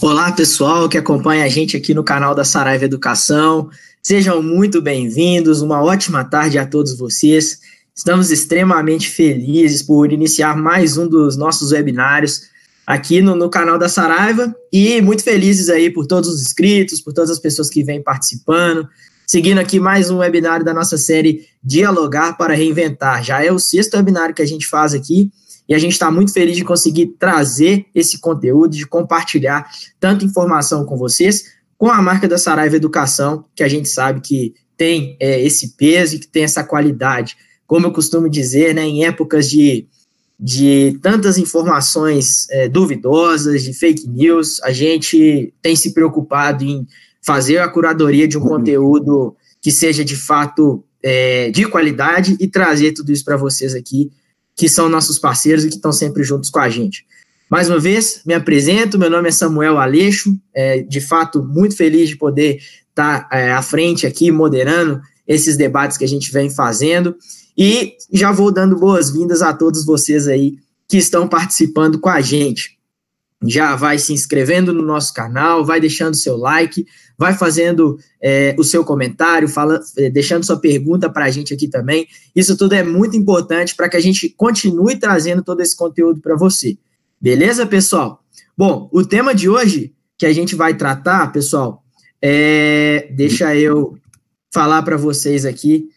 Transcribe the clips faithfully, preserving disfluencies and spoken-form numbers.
Olá, pessoal que acompanha a gente aqui no canal da Saraiva Educação. Sejam muito bem-vindos, uma ótima tarde a todos vocês. Estamos extremamente felizes por iniciar mais um dos nossos webinários aqui no, no canal da Saraiva e muito felizes aí por todos os inscritos, por todas as pessoas que vêm participando, seguindo aqui mais um webinário da nossa série Dialogar para Reinventar. Já é o sexto webinário que a gente faz aqui e a gente está muito feliz de conseguir trazer esse conteúdo, de compartilhar tanta informação com vocês, com a marca da Saraiva Educação, que a gente sabe que tem é, esse peso e que tem essa qualidade. Como eu costumo dizer, né, em épocas de, de tantas informações é, duvidosas, de fake news, a gente tem se preocupado em fazer a curadoria de um conteúdo que seja de fato é, de qualidade e trazer tudo isso para vocês aqui, que são nossos parceiros e que estão sempre juntos com a gente. Mais uma vez, me apresento, meu nome é Samuel Aleixo, é, de fato muito feliz de poder estar é, à frente aqui, moderando esses debates que a gente vem fazendo, e já vou dando boas-vindas a todos vocês aí que estão participando com a gente. Já vai se inscrevendo no nosso canal, vai deixando seu like, vai fazendo é, o seu comentário, fala, é, deixando sua pergunta para a gente aqui também. Isso tudo é muito importante para que a gente continue trazendo todo esse conteúdo para você. Beleza, pessoal? Bom, o tema de hoje que a gente vai tratar, pessoal, é... deixa eu falar para vocês aqui.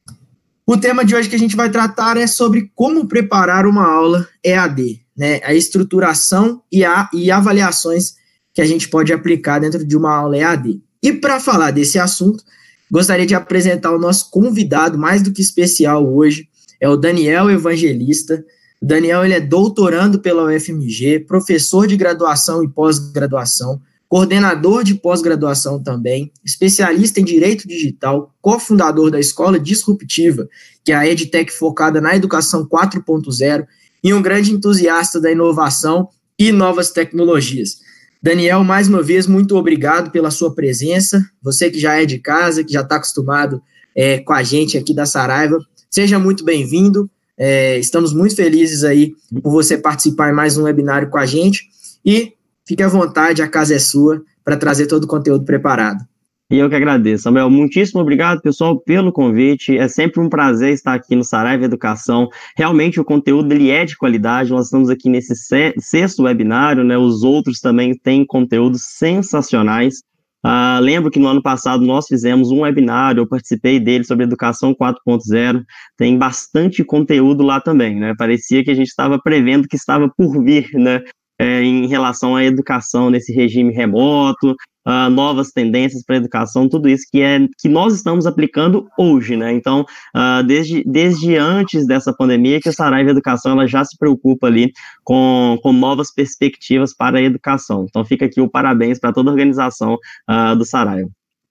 O tema de hoje que a gente vai tratar é sobre como preparar uma aula E A D, né? A estruturação e, a, e avaliações que a gente pode aplicar dentro de uma aula E A D. E para falar desse assunto, gostaria de apresentar o nosso convidado mais do que especial hoje, é o Daniel Evangelista. O Daniel ele é doutorando pela U F M G, professor de graduação e pós-graduação, coordenador de pós-graduação também, especialista em Direito Digital, cofundador da Escola Disruptiva, que é a EdTech focada na educação quatro ponto zero, e um grande entusiasta da inovação e novas tecnologias. Daniel, mais uma vez, muito obrigado pela sua presença. Você que já é de casa, que já está acostumado é, com a gente aqui da Saraiva, seja muito bem-vindo. É, estamos muito felizes aí por você participar em mais um webinário com a gente e fique à vontade, a casa é sua, para trazer todo o conteúdo preparado. E eu que agradeço, Samuel. Muitíssimo obrigado, pessoal, pelo convite. É sempre um prazer estar aqui no Saraiva Educação. Realmente o conteúdo ele é de qualidade. Nós estamos aqui nesse sexto webinário, né? Os outros também têm conteúdos sensacionais. Uh, lembro que no ano passado nós fizemos um webinário, eu participei dele sobre educação quatro ponto zero, tem bastante conteúdo lá também, né? Parecia que a gente estava prevendo que estava por vir, né? É, em relação à educação nesse regime remoto, uh, novas tendências para a educação, tudo isso que, é, que nós estamos aplicando hoje, né? Então, uh, desde, desde antes dessa pandemia, que a Saraiva Educação ela já se preocupa ali com, com novas perspectivas para a educação. Então, fica aqui o parabéns para toda a organização uh, do Saraiva.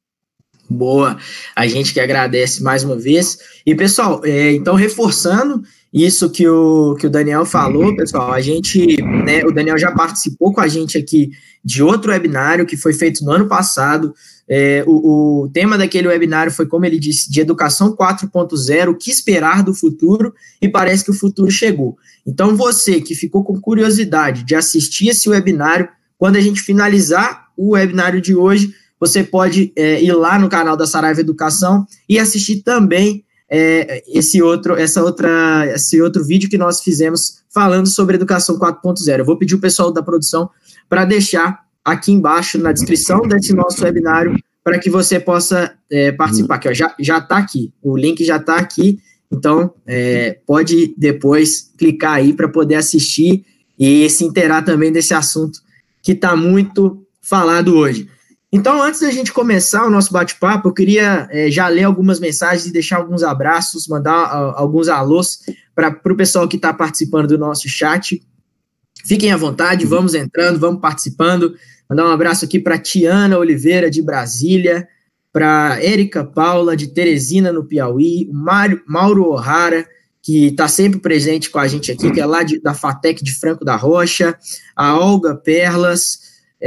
Boa, a gente que agradece mais uma vez. E, pessoal, é, então, reforçando isso que o, que o Daniel falou, pessoal, a gente, né, o Daniel já participou com a gente aqui de outro webinário que foi feito no ano passado. É, o, o tema daquele webinário foi, como ele disse, de educação quatro ponto zero, o que esperar do futuro, e parece que o futuro chegou. Então, você que ficou com curiosidade de assistir esse webinário, quando a gente finalizar o webinário de hoje, você pode é, ir lá no canal da Saraiva Educação e assistir também é, esse, outro, essa outra, esse outro vídeo que nós fizemos falando sobre educação quatro ponto zero. Eu vou pedir o pessoal da produção para deixar aqui embaixo na descrição desse nosso webinário para que você possa é, participar. Aqui, ó, já já está aqui, o link já está aqui, então é, pode depois clicar aí para poder assistir e se inteirar também desse assunto que está muito falado hoje. Então, antes da gente começar o nosso bate-papo, eu queria é, já ler algumas mensagens e deixar alguns abraços, mandar a, alguns alôs para o pessoal que está participando do nosso chat. Fiquem à vontade, vamos entrando, vamos participando. Mandar um abraço aqui para Tiana Oliveira, de Brasília, para Érica Paula, de Teresina, no Piauí, o Mário, Mauro O'Hara, que está sempre presente com a gente aqui, que é lá de, da FATEC de Franco da Rocha, a Olga Perlas,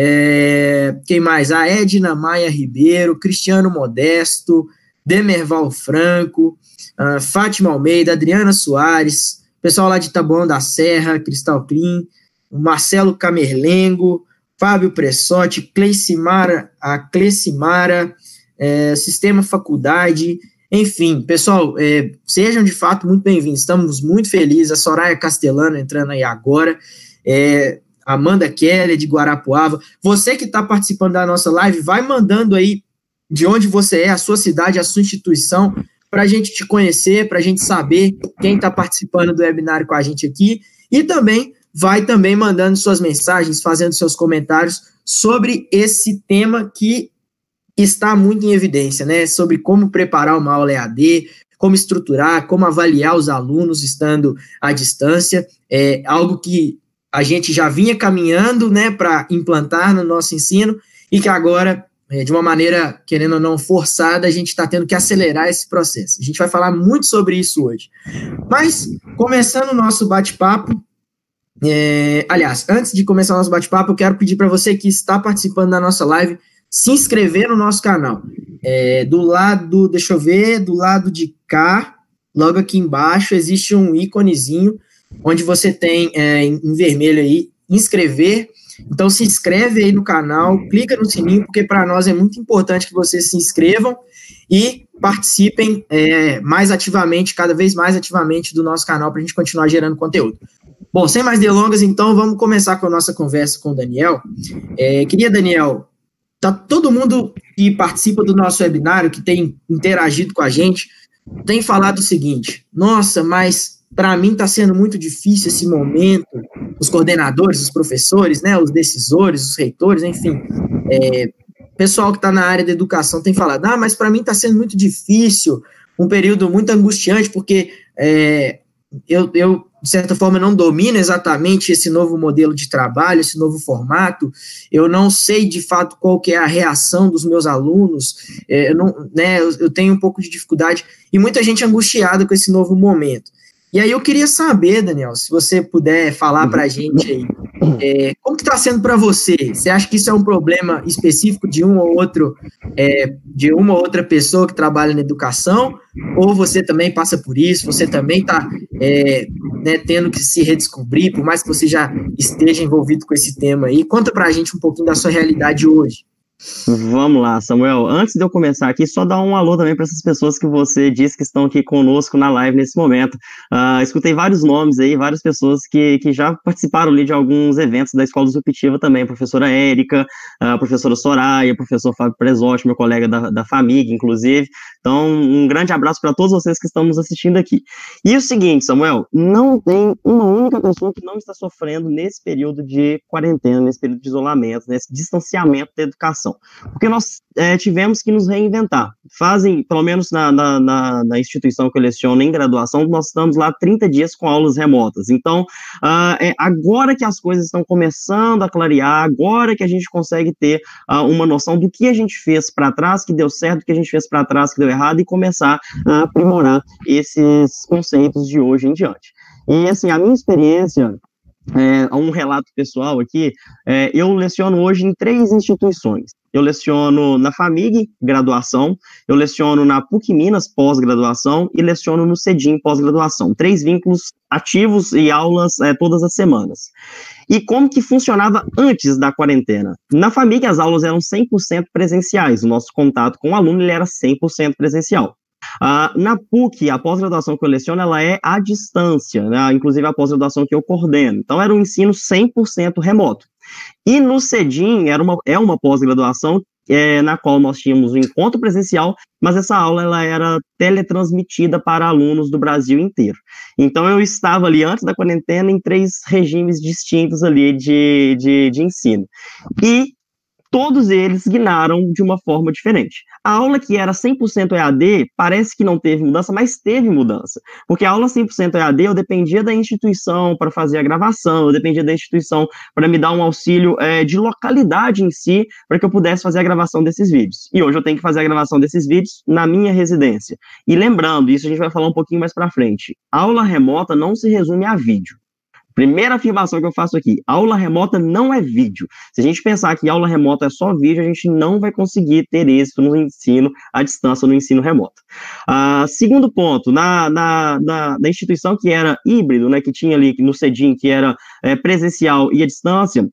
É, quem mais? A Edna Maia Ribeiro, Cristiano Modesto, Demerval Franco, uh, Fátima Almeida, Adriana Soares, pessoal lá de Taboão da Serra, Cristal Clean, o Marcelo Camerlengo, Fábio Pressotti, Cleicimara, a Cleicimara, é, Sistema Faculdade, enfim, pessoal, é, sejam de fato muito bem-vindos, estamos muito felizes, a Soraya Castellano entrando aí agora, é, Amanda Keller de Guarapuava, você que está participando da nossa live, vai mandando aí de onde você é, a sua cidade, a sua instituição, para a gente te conhecer, para a gente saber quem está participando do webinário com a gente aqui, e também vai também mandando suas mensagens, fazendo seus comentários sobre esse tema que está muito em evidência, né? Sobre como preparar uma aula E A D, como estruturar, como avaliar os alunos estando à distância, é algo que a gente já vinha caminhando, né, para implantar no nosso ensino e que agora, é, de uma maneira, querendo ou não, forçada, a gente está tendo que acelerar esse processo. A gente vai falar muito sobre isso hoje. Mas, começando o nosso bate-papo, É, aliás, antes de começar o nosso bate-papo, eu quero pedir para você que está participando da nossa live, se inscrever no nosso canal. É, do lado, deixa eu ver, do lado de cá, logo aqui embaixo, existe um íconezinho, onde você tem é, em vermelho aí, inscrever. Então se inscreve aí no canal, clica no sininho, porque para nós é muito importante que vocês se inscrevam e participem é, mais ativamente, cada vez mais ativamente do nosso canal, para a gente continuar gerando conteúdo. Bom, sem mais delongas, então, vamos começar com a nossa conversa com o Daniel. É, queria, Daniel, tá todo mundo que participa do nosso webinário, que tem interagido com a gente, tem falado o seguinte: nossa, mas para mim está sendo muito difícil esse momento, os coordenadores, os professores, né, os decisores, os reitores, enfim, é, pessoal que está na área da educação tem falado, ah, mas para mim está sendo muito difícil, um período muito angustiante, porque é, eu, eu, de certa forma, não domino exatamente esse novo modelo de trabalho, esse novo formato, eu não sei, de fato, qual que é a reação dos meus alunos, é, eu, não, né, eu, eu tenho um pouco de dificuldade, e muita gente angustiada com esse novo momento. E aí eu queria saber, Daniel, se você puder falar para a gente aí, é, como que está sendo para você? Você acha que isso é um problema específico de um ou outro, é, de uma ou outra pessoa que trabalha na educação, ou você também passa por isso, você também está é, né, tendo que se redescobrir, por mais que você já esteja envolvido com esse tema aí? Conta para a gente um pouquinho da sua realidade hoje. Vamos lá, Samuel. Antes de eu começar aqui, só dar um alô também para essas pessoas que você disse que estão aqui conosco na live nesse momento. Uh, escutei vários nomes aí, várias pessoas que, que já participaram ali de alguns eventos da Escola Disruptiva também, a professora Érica, a professora Soraya, o professor Fábio Pressotti, meu colega da, da FAMIG, inclusive. Então, um grande abraço para todos vocês que estão nos assistindo aqui. E o seguinte, Samuel, não tem uma única pessoa que não está sofrendo nesse período de quarentena, nesse período de isolamento, nesse distanciamento da educação. Porque nós é, tivemos que nos reinventar. Fazem, pelo menos na, na, na, na instituição que eu leciono em graduação, nós estamos lá trinta dias com aulas remotas. Então, uh, é agora que as coisas estão começando a clarear, agora que a gente consegue ter uh, uma noção do que a gente fez para trás, que deu certo, do que a gente fez para trás, que deu errado, e começar a aprimorar esses conceitos de hoje em diante. E, assim, a minha experiência... É, um relato pessoal aqui, é, eu leciono hoje em três instituições. Eu leciono na FAMIG, graduação, eu leciono na PUC Minas, pós-graduação, e leciono no CEDIM, pós-graduação. Três vínculos ativos e aulas é, todas as semanas. E como que funcionava antes da quarentena? Na FAMIG, as aulas eram cem por cento presenciais, o nosso contato com o aluno ele era cem por cento presencial. Uh, na PUC, a pós-graduação que eu leciono, ela é à distância, né? Inclusive a pós-graduação que eu coordeno. Então, era um ensino cem por cento remoto. E no CEDIM, era uma, é uma pós-graduação é, na qual nós tínhamos um encontro presencial, mas essa aula ela era teletransmitida para alunos do Brasil inteiro. Então, eu estava ali, antes da quarentena, em três regimes distintos ali de, de, de ensino. E todos eles guinaram de uma forma diferente. A aula que era cem por cento E A D, parece que não teve mudança, mas teve mudança. Porque a aula cem por cento E A D, eu dependia da instituição para fazer a gravação, eu dependia da instituição para me dar um auxílio é, de localidade em si, para que eu pudesse fazer a gravação desses vídeos. E hoje eu tenho que fazer a gravação desses vídeos na minha residência. E lembrando, isso a gente vai falar um pouquinho mais para frente, a aula remota não se resume a vídeo. Primeira afirmação que eu faço aqui, aula remota não é vídeo. Se a gente pensar que aula remota é só vídeo, a gente não vai conseguir ter êxito no ensino à distância, no ensino remoto. Uh, segundo ponto, na, na, na, na instituição que era híbrido, né, que tinha ali no CEDIM, que era é, presencial e à distância,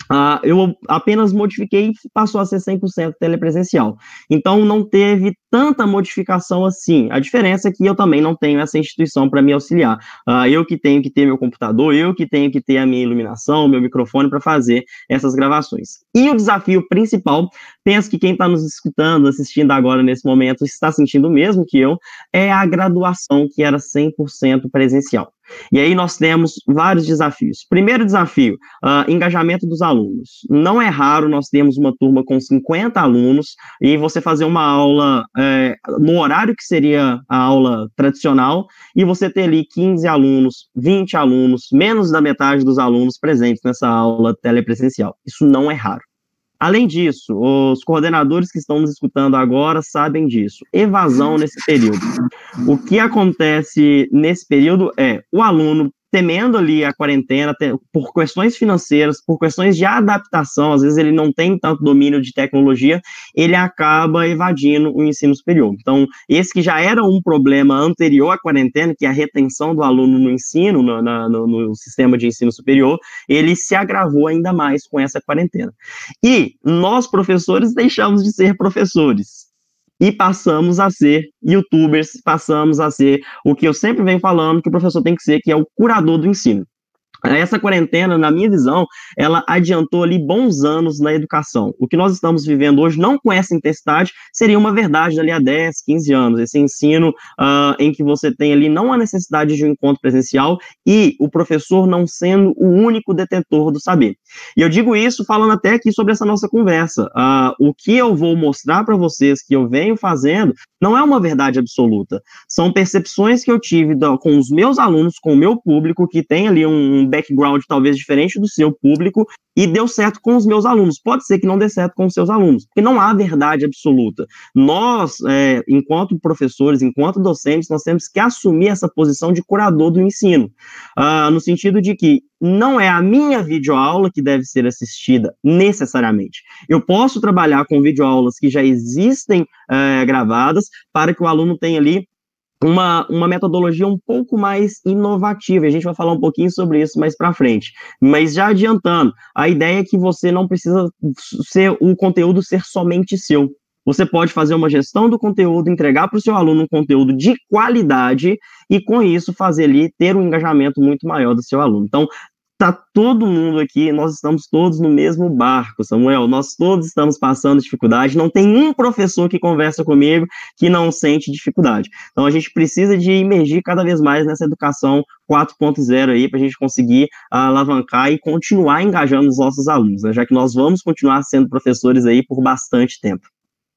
Uh, eu apenas modifiquei e passou a ser cem por cento telepresencial. Então, não teve tanta modificação assim. A diferença é que eu também não tenho essa instituição para me auxiliar. Uh, eu que tenho que ter meu computador, eu que tenho que ter a minha iluminação, meu microfone para fazer essas gravações. E o desafio principal, penso que quem está nos escutando, assistindo agora nesse momento, está sentindo o mesmo que eu, é a graduação que era cem por cento presencial. E aí nós temos vários desafios. Primeiro desafio, uh, engajamento dos alunos. Não é raro nós termos uma turma com cinquenta alunos e você fazer uma aula é, no horário que seria a aula tradicional e você ter ali quinze alunos, vinte alunos, menos da metade dos alunos presentes nessa aula telepresencial. Isso não é raro. Além disso, os coordenadores que estão nos escutando agora sabem disso. Evasão nesse período. O que acontece nesse período é o aluno temendo ali a quarentena, por questões financeiras, por questões de adaptação, às vezes ele não tem tanto domínio de tecnologia, ele acaba evadindo o ensino superior. Então, esse que já era um problema anterior à quarentena, que é a retenção do aluno no ensino, no, na, no, no sistema de ensino superior, ele se agravou ainda mais com essa quarentena. E nós, professores, deixamos de ser professores. E passamos a ser youtubers, passamos a ser o que eu sempre venho falando que o professor tem que ser, que é o curador do ensino. Essa quarentena, na minha visão, ela adiantou ali bons anos na educação. O que nós estamos vivendo hoje, não com essa intensidade, seria uma verdade dali a dez, quinze anos. Esse ensino uh, em que você tem ali não a necessidade de um encontro presencial e o professor não sendo o único detentor do saber. E eu digo isso falando até aqui sobre essa nossa conversa. Uh, o que eu vou mostrar para vocês que eu venho fazendo não é uma verdade absoluta. São percepções que eu tive do, com os meus alunos, com o meu público, que tem ali um background talvez diferente do seu público, e deu certo com os meus alunos. Pode ser que não dê certo com os seus alunos, porque não há verdade absoluta. Nós, é, enquanto professores, enquanto docentes, nós temos que assumir essa posição de curador do ensino, uh, no sentido de que não é a minha videoaula que deve ser assistida necessariamente. Eu posso trabalhar com videoaulas que já existem é, gravadas para que o aluno tenha ali Uma, uma metodologia um pouco mais inovativa. A gente vai falar um pouquinho sobre isso mais para frente. Mas já adiantando, a ideia é que você não precisa ser o conteúdo ser somente seu. Você pode fazer uma gestão do conteúdo, entregar para o seu aluno um conteúdo de qualidade e, com isso, fazer ali, ter um engajamento muito maior do seu aluno. Então, tá todo mundo aqui, nós estamos todos no mesmo barco, Samuel, nós todos estamos passando dificuldade, não tem um professor que conversa comigo que não sente dificuldade. Então a gente precisa de emergir cada vez mais nessa educação quatro ponto zero aí, para a gente conseguir alavancar e continuar engajando os nossos alunos, né, já que nós vamos continuar sendo professores aí por bastante tempo.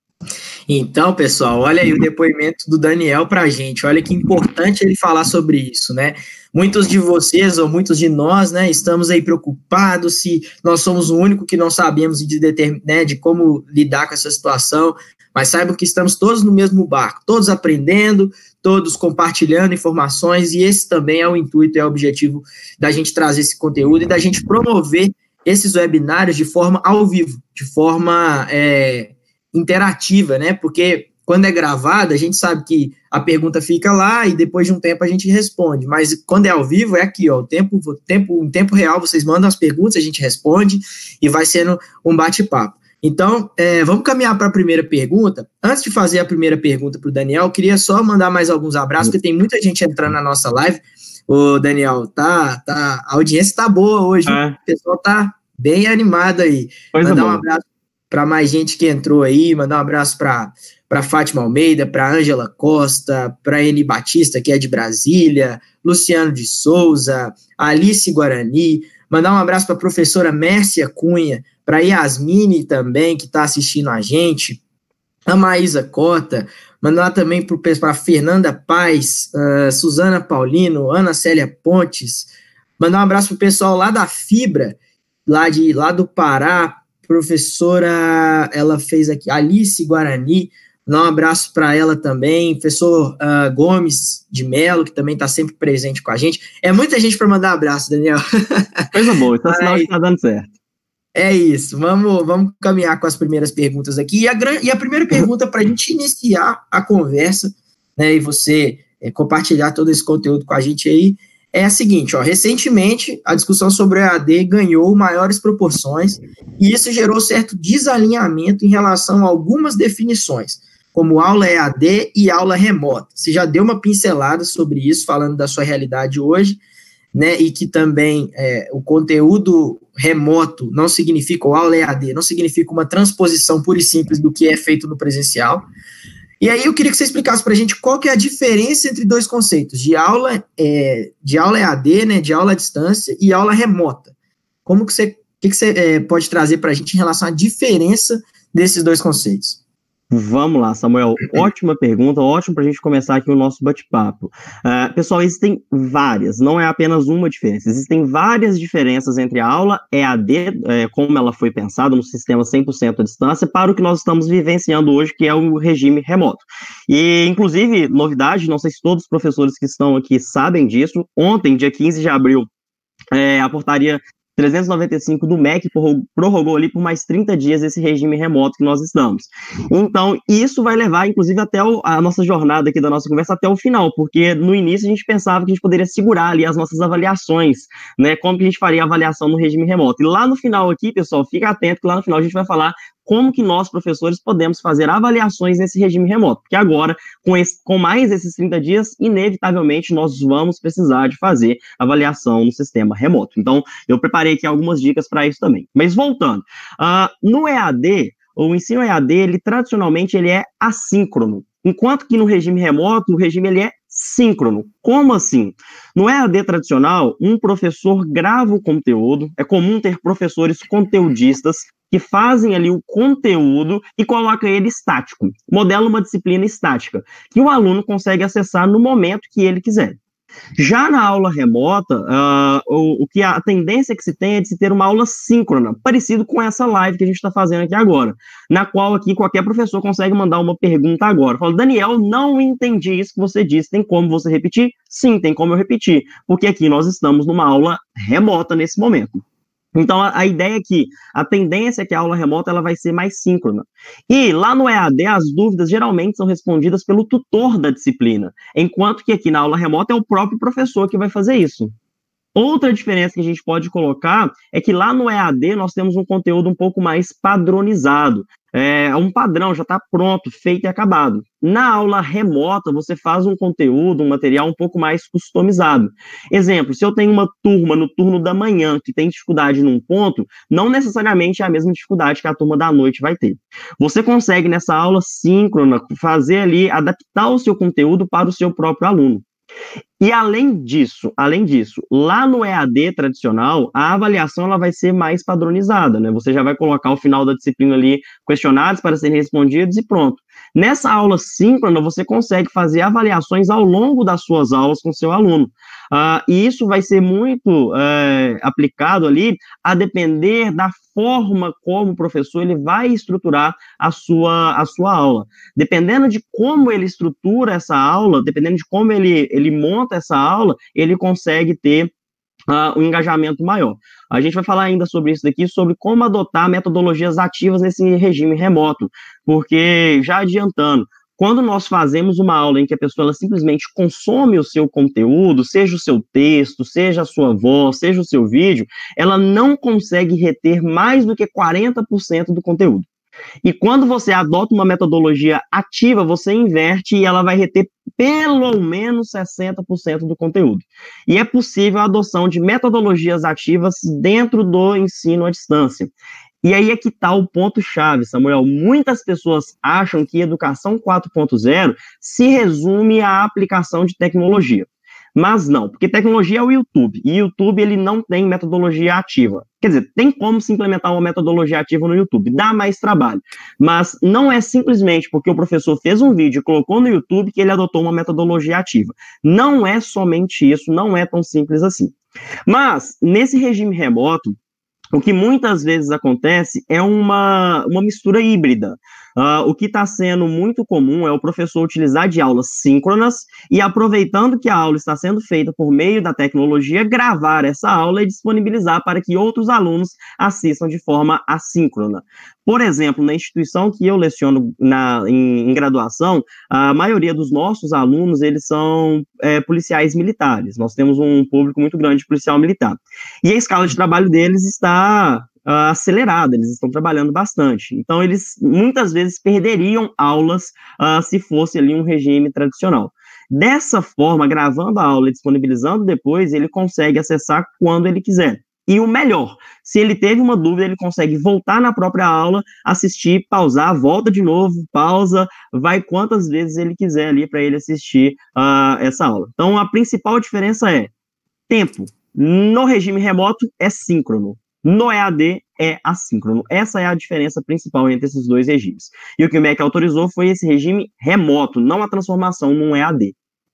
Então, pessoal, olha aí o depoimento do Daniel para a gente, olha que importante ele falar sobre isso, né? Muitos de vocês, ou muitos de nós, né, estamos aí preocupados se nós somos o único que não sabemos de, determin, né, de como lidar com essa situação, mas saibam que estamos todos no mesmo barco, todos aprendendo, todos compartilhando informações, e esse também é o intuito, é o objetivo da gente trazer esse conteúdo e da gente promover esses webinários de forma ao vivo, de forma é, interativa, né, porque quando é gravada, a gente sabe que a pergunta fica lá e depois de um tempo a gente responde, mas quando é ao vivo é aqui, ó, o tempo, tempo, em tempo real vocês mandam as perguntas, a gente responde e vai sendo um bate-papo. Então, é, vamos caminhar para a primeira pergunta. Antes de fazer a primeira pergunta para o Daniel, eu queria só mandar mais alguns abraços, porque tem muita gente entrando na nossa live. Ô, Daniel, tá, tá, a audiência tá boa hoje, é. O pessoal tá bem animado aí. Coisa mandar boa. Um abraço para mais gente que entrou aí, mandar um abraço para para Fátima Almeida, para Ângela Costa, para Eni Batista, que é de Brasília, Luciano de Souza, Alice Guarani, mandar um abraço para a professora Mércia Cunha, para Yasmine também, que está assistindo a gente, a Maísa Cota, mandar também para a Fernanda Paz, uh, Suzana Paulino, Ana Célia Pontes, mandar um abraço para o pessoal lá da Fibra, lá, de, lá do Pará, professora, ela fez aqui, Alice Guarani, dar um abraço para ela também, professor uh, Gomes de Melo, que também está sempre presente com a gente. É muita gente para mandar abraço, Daniel. Coisa boa, então sinal que está dando certo. É isso, vamos, vamos caminhar com as primeiras perguntas aqui. E a, e a primeira pergunta, para a gente iniciar a conversa, né, e você é, compartilhar todo esse conteúdo com a gente aí, é a seguinte, ó, recentemente a discussão sobre o E A D ganhou maiores proporções e isso gerou certo desalinhamento em relação a algumas definições, como aula E A D e aula remota. Você já deu uma pincelada sobre isso, falando da sua realidade hoje, né, e que também é, o conteúdo remoto não significa, ou aula E A D, não significa uma transposição pura e simples do que é feito no presencial. E aí eu queria que você explicasse para a gente qual que é a diferença entre dois conceitos, de aula, é, de aula E A D, né, de aula à distância e aula remota. Como que você, o que, que você é, pode trazer para a gente em relação à diferença desses dois conceitos? Vamos lá, Samuel. Ótima pergunta, ótimo para a gente começar aqui o nosso bate-papo. Uh, pessoal, existem várias, não é apenas uma diferença, existem várias diferenças entre a aula E A D, é, como ela foi pensada no sistema cem por cento à distância, para o que nós estamos vivenciando hoje, que é o regime remoto. E, inclusive, novidade, não sei se todos os professores que estão aqui sabem disso, ontem, dia quinze de abril, é, a portaria trezentos e noventa e cinco do M E C prorrogou ali por mais trinta dias esse regime remoto que nós estamos. Então, isso vai levar, inclusive, até o, a nossa jornada aqui da nossa conversa até o final, porque no início a gente pensava que a gente poderia segurar ali as nossas avaliações, né, como que a gente faria a avaliação no regime remoto. E lá no final aqui, pessoal, fica atento que lá no final a gente vai falar como que nós, professores, podemos fazer avaliações nesse regime remoto, porque agora, com, esse, com mais esses trinta dias, inevitavelmente nós vamos precisar de fazer avaliação no sistema remoto. Então, eu preparei aqui algumas dicas para isso também. Mas voltando, uh, no E A D, o ensino E A D, ele tradicionalmente ele é assíncrono, enquanto que no regime remoto, o regime ele é síncrono. Como assim? No E A D tradicional, um professor grava o conteúdo, é comum ter professores conteudistas que fazem ali o conteúdo e colocam ele estático, modela uma disciplina estática, que o aluno consegue acessar no momento que ele quiser. Já na aula remota, uh, o, o que a, a tendência que se tem é de se ter uma aula síncrona, parecido com essa live que a gente está fazendo aqui agora, na qual aqui qualquer professor consegue mandar uma pergunta agora. Fala, Daniel, não entendi isso que você disse, tem como você repetir? Sim, tem como eu repetir, porque aqui nós estamos numa aula remota nesse momento. Então, a, a ideia é que a tendência é que a aula remota ela vai ser mais síncrona. E lá no E A D, as dúvidas geralmente são respondidas pelo tutor da disciplina, enquanto que aqui na aula remota é o próprio professor que vai fazer isso. Outra diferença que a gente pode colocar é que lá no E A D nós temos um conteúdo um pouco mais padronizado. É um padrão, já está pronto, feito e acabado. Na aula remota, você faz um conteúdo, um material um pouco mais customizado. Exemplo, se eu tenho uma turma no turno da manhã que tem dificuldade num ponto, não necessariamente é a mesma dificuldade que a turma da noite vai ter. Você consegue, nessa aula síncrona, fazer ali, adaptar o seu conteúdo para o seu próprio aluno. E além disso, além disso, lá no E A D tradicional, a avaliação ela vai ser mais padronizada, né? Você já vai colocar ao final da disciplina ali questionários para serem respondidos e pronto. Nessa aula síncrona, você consegue fazer avaliações ao longo das suas aulas com o seu aluno. Uh, e isso vai ser muito uh, aplicado ali a depender da forma como o professor ele vai estruturar a sua, a sua aula. Dependendo de como ele estrutura essa aula, dependendo de como ele, ele monta essa aula, ele consegue ter Uh, um engajamento maior. A gente vai falar ainda sobre isso daqui, sobre como adotar metodologias ativas nesse regime remoto, porque, já adiantando, quando nós fazemos uma aula em que a pessoa ela simplesmente consome o seu conteúdo, seja o seu texto, seja a sua voz, seja o seu vídeo, ela não consegue reter mais do que quarenta por cento do conteúdo. E quando você adota uma metodologia ativa, você inverte e ela vai reter pelo menos sessenta por cento do conteúdo. E é possível a adoção de metodologias ativas dentro do ensino à distância. E aí é que está o ponto-chave, Samuel. Muitas pessoas acham que educação quatro ponto zero se resume à aplicação de tecnologia. Mas não, porque tecnologia é o YouTube, e o YouTube ele não tem metodologia ativa. Quer dizer, tem como se implementar uma metodologia ativa no YouTube, dá mais trabalho. Mas não é simplesmente porque o professor fez um vídeo e colocou no YouTube que ele adotou uma metodologia ativa. Não é somente isso, não é tão simples assim. Mas, nesse regime remoto, o que muitas vezes acontece é uma, uma mistura híbrida. Uh, o que está sendo muito comum é o professor utilizar de aulas síncronas e, aproveitando que a aula está sendo feita por meio da tecnologia, gravar essa aula e disponibilizar para que outros alunos assistam de forma assíncrona. Por exemplo, na instituição que eu leciono na, em, em graduação, a maioria dos nossos alunos, eles são é, policiais militares. Nós temos um público muito grande de policial militar. E a escala de trabalho deles está uh, acelerada, eles estão trabalhando bastante. Então, eles muitas vezes perderiam aulas uh, se fosse ali um regime tradicional. Dessa forma, gravando a aula e disponibilizando depois, ele consegue acessar quando ele quiser. E o melhor, se ele teve uma dúvida, ele consegue voltar na própria aula, assistir, pausar, volta de novo, pausa, vai quantas vezes ele quiser ali para ele assistir uh, essa aula. Então, a principal diferença é tempo. No regime remoto é síncrono, no E A D é assíncrono. Essa é a diferença principal entre esses dois regimes. E o que o M E C autorizou foi esse regime remoto, não a transformação num E A D.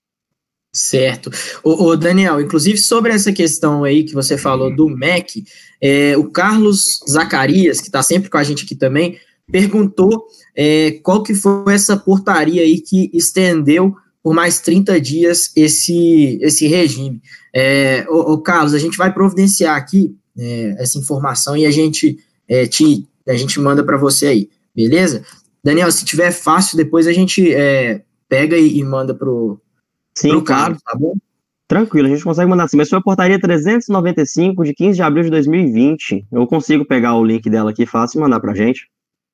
Certo. Ô, ô, Daniel, inclusive sobre essa questão aí que você falou do M E C, é, o Carlos Zacarias, que está sempre com a gente aqui também, perguntou é, qual que foi essa portaria aí que estendeu por mais trinta dias esse, esse regime. É, ô, ô, Carlos, a gente vai providenciar aqui é, essa informação e a gente, é, te, a gente manda para você aí, beleza? Daniel, se tiver fácil, depois a gente é, pega e, e manda pro Sim, claro. Tá bom? Tranquilo, a gente consegue mandar assim. Mas foi a portaria trezentos e noventa e cinco de quinze de abril de dois mil e vinte. Eu consigo pegar o link dela aqui fácil e mandar pra gente.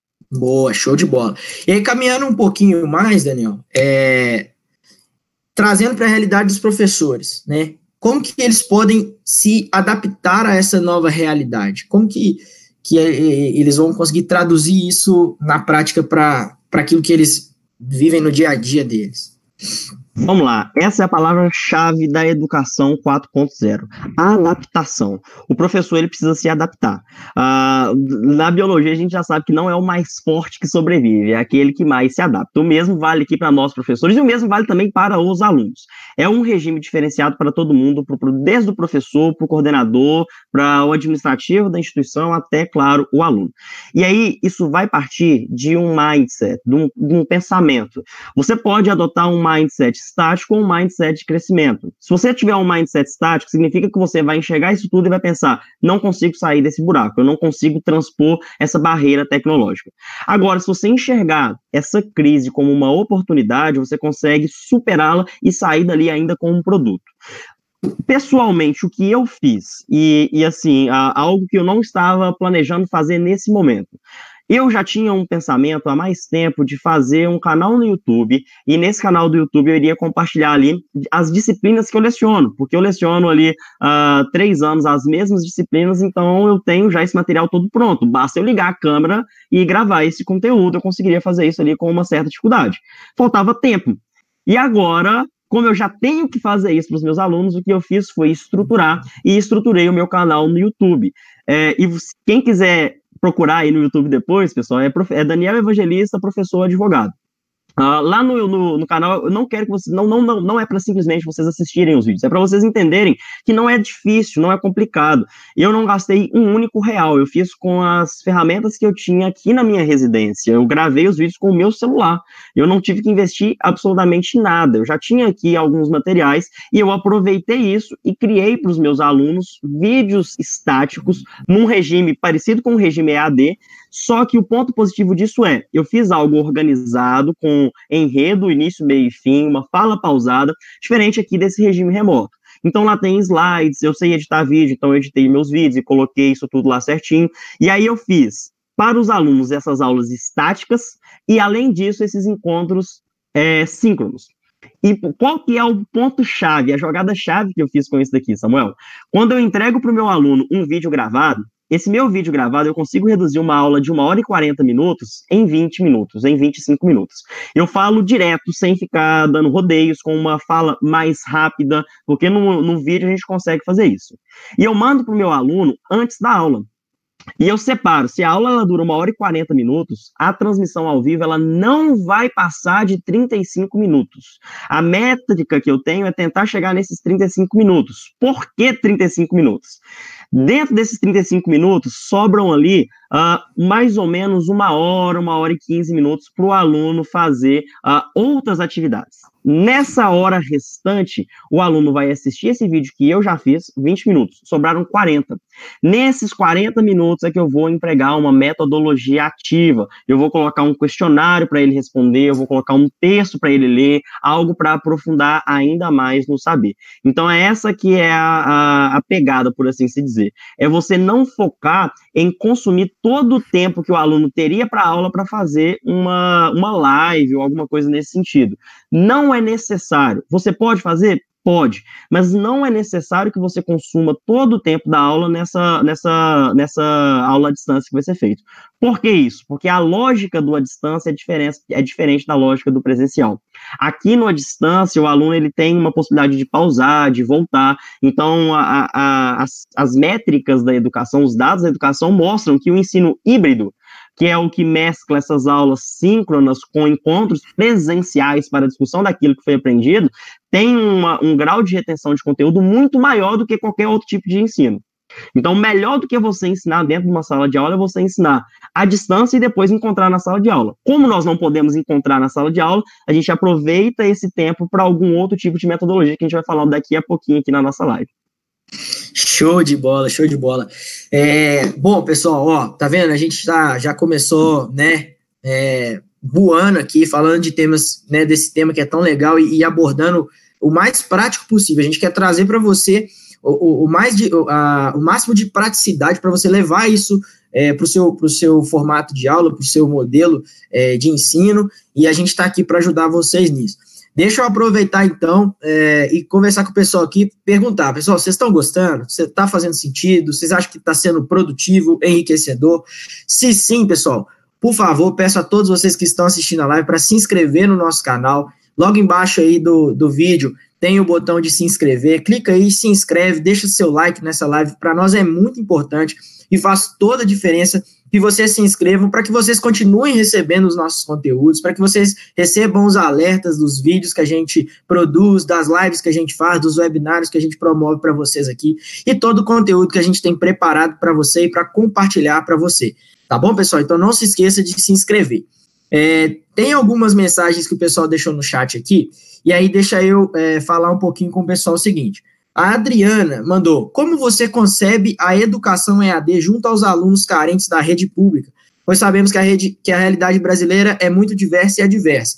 Boa, show de bola. E aí, caminhando um pouquinho mais, Daniel, é, trazendo para a realidade dos professores, né? Como que eles podem se adaptar a essa nova realidade? Como que, que eles vão conseguir traduzir isso na prática para aquilo que eles vivem no dia a dia deles? Vamos lá, essa é a palavra-chave da educação quatro ponto zero, a adaptação. O professor ele precisa se adaptar. Uh, na biologia a gente já sabe que não é o mais forte que sobrevive, é aquele que mais se adapta. O mesmo vale aqui para nós professores e o mesmo vale também para os alunos. É um regime diferenciado para todo mundo, desde o professor, para o coordenador, para o administrativo da instituição, até, claro, o aluno. E aí isso vai partir de um mindset, de um, de um pensamento. Você pode adotar um mindset estático ou um mindset de crescimento. Se você tiver um mindset estático, significa que você vai enxergar isso tudo e vai pensar, não consigo sair desse buraco, eu não consigo transpor essa barreira tecnológica. Agora, se você enxergar essa crise como uma oportunidade, você consegue superá-la e sair dali ainda com um produto. Pessoalmente, o que eu fiz, e, e assim, a, algo que eu não estava planejando fazer nesse momento, eu já tinha um pensamento há mais tempo de fazer um canal no YouTube, e nesse canal do YouTube eu iria compartilhar ali as disciplinas que eu leciono, porque eu leciono ali há uh, três anos as mesmas disciplinas, então eu tenho já esse material todo pronto, basta eu ligar a câmera e gravar esse conteúdo, eu conseguiria fazer isso ali com uma certa dificuldade. Faltava tempo. E agora, como eu já tenho que fazer isso para os meus alunos, o que eu fiz foi estruturar, e estruturei o meu canal no YouTube. É, e quem quiser procurar aí no YouTube depois, pessoal, é, prof... é Daniel Evangelista, professor advogado. Uh, lá no, no, no canal, eu não quero que vocês, não, não, não, não é para simplesmente vocês assistirem os vídeos, é para vocês entenderem que não é difícil, não é complicado. Eu não gastei um único real, eu fiz com as ferramentas que eu tinha aqui na minha residência, eu gravei os vídeos com o meu celular, eu não tive que investir absolutamente nada, eu já tinha aqui alguns materiais e eu aproveitei isso e criei para os meus alunos vídeos estáticos num regime parecido com o regime E A D, só que o ponto positivo disso é, eu fiz algo organizado, com enredo, início, meio e fim, uma fala pausada, diferente aqui desse regime remoto. Então lá tem slides, eu sei editar vídeo, então eu editei meus vídeos e coloquei isso tudo lá certinho, e aí eu fiz para os alunos essas aulas estáticas, e além disso, esses encontros é, síncronos. E qual que é o ponto-chave, a jogada-chave que eu fiz com isso daqui, Samuel? Quando eu entrego para o meu aluno um vídeo gravado, esse meu vídeo gravado, eu consigo reduzir uma aula de uma hora e quarenta minutos em vinte minutos, em vinte e cinco minutos. Eu falo direto, sem ficar dando rodeios, com uma fala mais rápida, porque no, no vídeo a gente consegue fazer isso. E eu mando para o meu aluno antes da aula. E eu separo, se a aula ela dura uma hora e quarenta minutos, a transmissão ao vivo ela não vai passar de trinta e cinco minutos. A métrica que eu tenho é tentar chegar nesses trinta e cinco minutos. Por que trinta e cinco minutos? Dentro desses trinta e cinco minutos, sobram ali uh, mais ou menos uma hora, uma hora e quinze minutos para o aluno fazer uh, outras atividades. Nessa hora restante, o aluno vai assistir esse vídeo que eu já fiz, vinte minutos, sobraram quarenta. Nesses quarenta minutos é que eu vou empregar uma metodologia ativa, eu vou colocar um questionário para ele responder, eu vou colocar um texto para ele ler, algo para aprofundar ainda mais no saber. Então é essa que é a, a, a pegada, por assim se dizer. É você não focar em consumir todo o tempo que o aluno teria para a aula para fazer uma, uma live ou alguma coisa nesse sentido. Não é necessário. Você pode fazer? Pode, mas não é necessário que você consuma todo o tempo da aula nessa, nessa, nessa aula à distância que vai ser feito. Por que isso? Porque a lógica do à distância é diferente, é diferente da lógica do presencial. Aqui no à distância, o aluno ele tem uma possibilidade de pausar, de voltar. Então, a, a, as, as métricas da educação, os dados da educação mostram que o ensino híbrido, que é o que mescla essas aulas síncronas com encontros presenciais para a discussão daquilo que foi aprendido, tem uma, um grau de retenção de conteúdo muito maior do que qualquer outro tipo de ensino. Então, melhor do que você ensinar dentro de uma sala de aula é você ensinar à distância e depois encontrar na sala de aula. Como nós não podemos encontrar na sala de aula, a gente aproveita esse tempo para algum outro tipo de metodologia que a gente vai falar daqui a pouquinho aqui na nossa live. Show de bola, show de bola. É, bom, pessoal, ó, tá vendo? A gente tá, já começou, né, é, voando aqui, falando de temas, né, desse tema que é tão legal e, e abordando o mais prático possível. A gente quer trazer para você o, o, o, mais de, a, o máximo de praticidade para você levar isso é, para o seu, pro seu formato de aula, para o seu modelo é, de ensino, e a gente está aqui para ajudar vocês nisso. Deixa eu aproveitar, então, é, e conversar com o pessoal aqui, perguntar, pessoal, vocês estão gostando? Você está fazendo sentido? Vocês acham que está sendo produtivo, enriquecedor? Se sim, pessoal, por favor, peço a todos vocês que estão assistindo a live para se inscrever no nosso canal. Logo embaixo aí do, do vídeo tem o botão de se inscrever, clica aí, se inscreve, deixa seu like nessa live, para nós é muito importante e faz toda a diferença que vocês se inscrevam, para que vocês continuem recebendo os nossos conteúdos, para que vocês recebam os alertas dos vídeos que a gente produz, das lives que a gente faz, dos webinários que a gente promove para vocês aqui, e todo o conteúdo que a gente tem preparado para você e para compartilhar para você. Tá bom, pessoal? Então não se esqueça de se inscrever. É, tem algumas mensagens que o pessoal deixou no chat aqui, e aí deixa eu é, falar um pouquinho com o pessoal o seguinte. A Adriana mandou: como você concebe a educação E A D junto aos alunos carentes da rede pública? Pois sabemos que a, rede, que a realidade brasileira é muito diversa e adversa.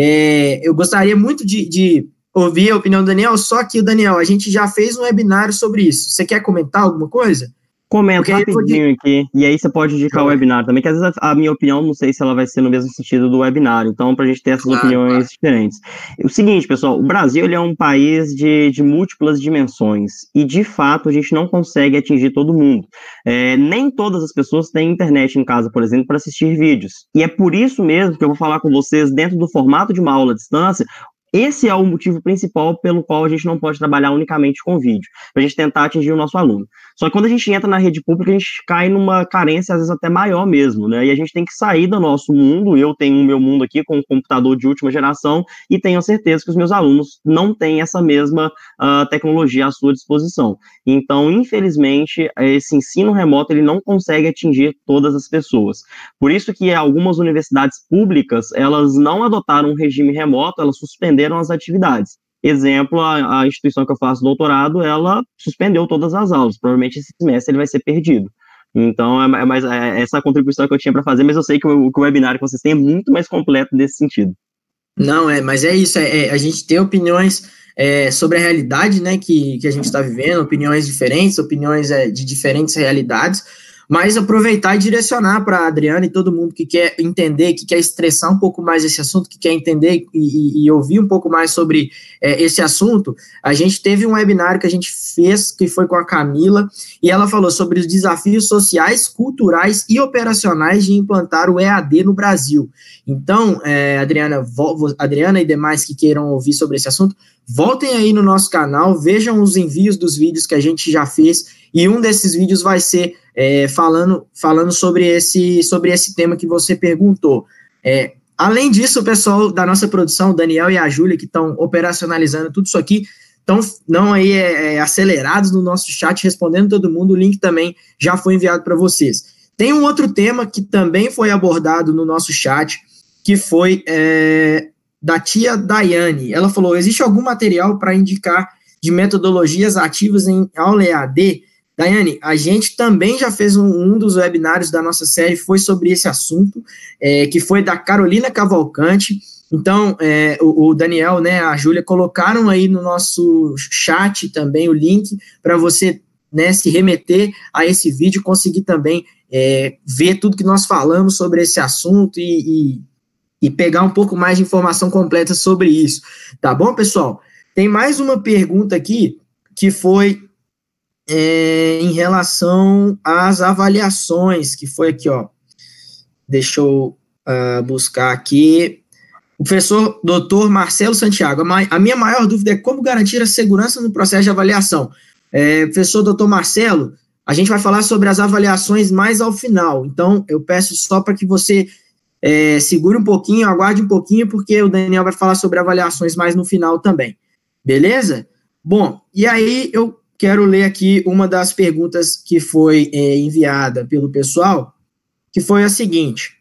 É, eu gostaria muito de, de ouvir a opinião do Daniel, só que, Daniel, a gente já fez um webinário sobre isso. Você quer comentar alguma coisa? Comenta rapidinho aqui, e aí você pode indicar o webinário também, que às vezes a minha opinião, não sei se ela vai ser no mesmo sentido do webinário, então pra gente ter essas claro, opiniões claro. diferentes. O seguinte, pessoal, o Brasil ele é um país de, de múltiplas dimensões, e de fato a gente não consegue atingir todo mundo. É, nem todas as pessoas têm internet em casa, por exemplo, para assistir vídeos, e é por isso mesmo que eu vou falar com vocês dentro do formato de uma aula à distância. Esse é o motivo principal pelo qual a gente não pode trabalhar unicamente com vídeo, para a gente tentar atingir o nosso aluno. Só que quando a gente entra na rede pública, a gente cai numa carência, às vezes até maior mesmo, né? E a gente tem que sair do nosso mundo. Eu tenho o meu mundo aqui com um computador de última geração e tenho certeza que os meus alunos não têm essa mesma uh, tecnologia à sua disposição. Então, infelizmente, esse ensino remoto ele não consegue atingir todas as pessoas. Por isso que algumas universidades públicas, elas não adotaram um regime remoto, elas suspenderam as atividades. Exemplo, a, a instituição que eu faço doutorado, ela suspendeu todas as aulas. Provavelmente esse semestre ele vai ser perdido. Então, é, é mais é essa a contribuição que eu tinha para fazer, mas eu sei que o, que o webinário que vocês têm é muito mais completo nesse sentido. Não, é, mas é isso, é, é, a gente tem opiniões é, sobre a realidade, né, que, que a gente está vivendo, opiniões diferentes, opiniões é, de diferentes realidades, mas aproveitar e direcionar para a Adriana e todo mundo que quer entender, que quer estressar um pouco mais esse assunto, que quer entender e, e, e ouvir um pouco mais sobre é, esse assunto. A gente teve um webinário que a gente fez, que foi com a Camila, e ela falou sobre os desafios sociais, culturais e operacionais de implantar o E A D no Brasil. Então, é, Adriana, Adriana e demais que queiram ouvir sobre esse assunto, voltem aí no nosso canal, vejam os envios dos vídeos que a gente já fez, e um desses vídeos vai ser é, falando, falando sobre, esse, sobre esse tema que você perguntou. É, além disso, o pessoal da nossa produção, o Daniel e a Júlia, que estão operacionalizando tudo isso aqui, estão não aí é, é, acelerados no nosso chat, respondendo todo mundo. O link também já foi enviado para vocês. Tem um outro tema que também foi abordado no nosso chat, que foi é, da tia Daiane. Ela falou, existe algum material para indicar de metodologias ativas em aula E A D? Daiane, a gente também já fez um, um dos webinários da nossa série, foi sobre esse assunto, é, que foi da Carolina Cavalcante. Então, é, o, o Daniel, né, a Júlia, colocaram aí no nosso chat também o link para você, né, se remeter a esse vídeo, conseguir também é, ver tudo que nós falamos sobre esse assunto e, e, e pegar um pouco mais de informação completa sobre isso. Tá bom, pessoal? Tem mais uma pergunta aqui, que foi é, em relação às avaliações, que foi aqui, ó. Deixa eu uh, buscar aqui. O professor doutor Marcelo Santiago, a minha maior dúvida é como garantir a segurança no processo de avaliação. É, professor doutor Marcelo, a gente vai falar sobre as avaliações mais ao final, então eu peço só para que você é, segure um pouquinho, aguarde um pouquinho, porque o Daniel vai falar sobre avaliações mais no final também, beleza? Bom, e aí eu quero ler aqui uma das perguntas que foi é, enviada pelo pessoal, que foi a seguinte.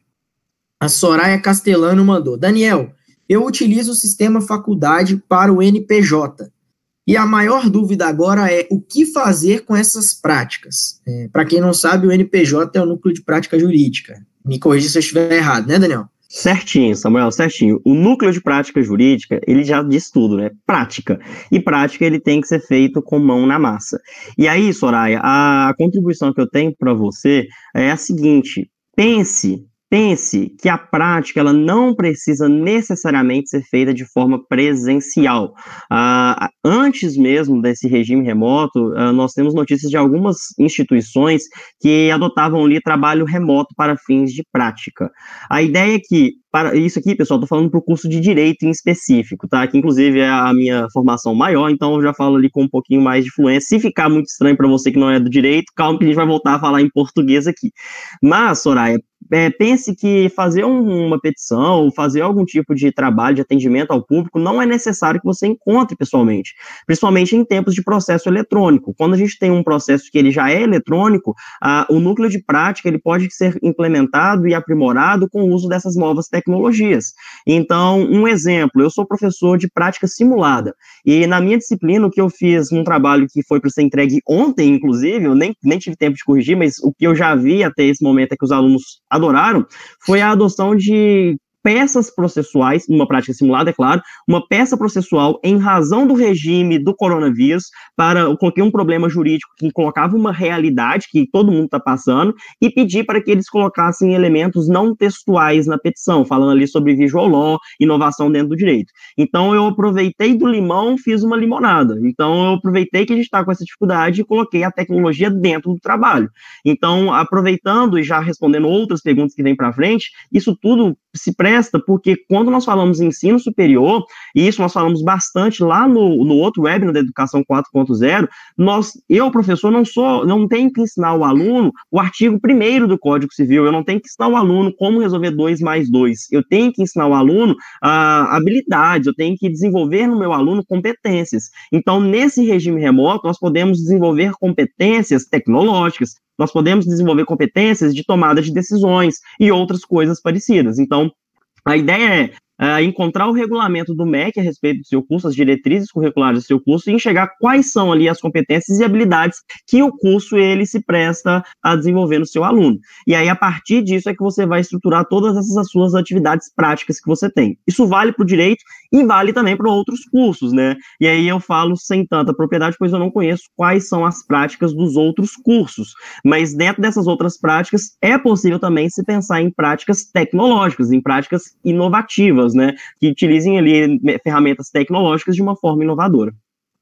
A Soraya Castellano mandou, Daniel, eu utilizo o sistema faculdade para o N P J, e a maior dúvida agora é o que fazer com essas práticas. É, para quem não sabe, o N P J é o Núcleo de Prática Jurídica. Me corrija se eu estiver errado, né, Daniel? Certinho, Samuel, certinho. O Núcleo de Prática Jurídica, ele já diz tudo, né? Prática. E prática, ele tem que ser feito com mão na massa. E aí, Soraya, a contribuição que eu tenho para você é a seguinte, pense... Pense que a prática ela não precisa necessariamente ser feita de forma presencial. Ah, antes mesmo desse regime remoto, ah, nós temos notícias de algumas instituições que adotavam ali trabalho remoto para fins de prática. A ideia é que, para isso aqui, pessoal, estou falando para o curso de Direito em específico, tá? Que inclusive é a minha formação maior, então eu já falo ali com um pouquinho mais de fluência. Se ficar muito estranho para você que não é do direito, calma que a gente vai voltar a falar em português aqui. Mas, Soraya, É, pense que fazer um, uma petição, fazer algum tipo de trabalho de atendimento ao público não é necessário que você encontre pessoalmente, principalmente em tempos de processo eletrônico. Quando a gente tem um processo que ele já é eletrônico, ah, o núcleo de prática ele pode ser implementado e aprimorado com o uso dessas novas tecnologias. Então, um exemplo, eu sou professor de prática simulada, e na minha disciplina, o que eu fiz num trabalho que foi para ser entregue ontem, inclusive, eu nem, nem tive tempo de corrigir, mas o que eu já vi até esse momento é que os alunos adoraram, foi a adoção de peças processuais, uma prática simulada, é claro, uma peça processual em razão do regime do coronavírus, para, eu coloquei um problema jurídico que colocava uma realidade que todo mundo está passando, e pedi para que eles colocassem elementos não textuais na petição, falando ali sobre visual law, inovação dentro do direito. Então, eu aproveitei do limão, fiz uma limonada. Então, eu aproveitei que a gente está com essa dificuldade e coloquei a tecnologia dentro do trabalho. Então, aproveitando e já respondendo outras perguntas que vêm para frente, isso tudo se presta porque quando nós falamos em ensino superior, e isso nós falamos bastante lá no, no outro webinar da Educação quatro ponto zero, nós, eu, professor, não sou, não tenho que ensinar o aluno o artigo primeiro do Código Civil, eu não tenho que ensinar o aluno como resolver dois mais dois, eu tenho que ensinar o aluno ah, habilidades, eu tenho que desenvolver no meu aluno competências. Então, nesse regime remoto, nós podemos desenvolver competências tecnológicas, nós podemos desenvolver competências de tomada de decisões e outras coisas parecidas. Então, a ideia é Uh, encontrar o regulamento do M E C a respeito do seu curso, as diretrizes curriculares do seu curso, e enxergar quais são ali as competências e habilidades que o curso ele se presta a desenvolver no seu aluno. E aí, a partir disso, é que você vai estruturar todas essas suas atividades práticas que você tem. Isso vale para o direito e vale também para outros cursos, né? E aí eu falo sem tanta propriedade, pois eu não conheço quais são as práticas dos outros cursos. Mas dentro dessas outras práticas, é possível também se pensar em práticas tecnológicas, em práticas inovativas, né, que utilizem ali ferramentas tecnológicas de uma forma inovadora.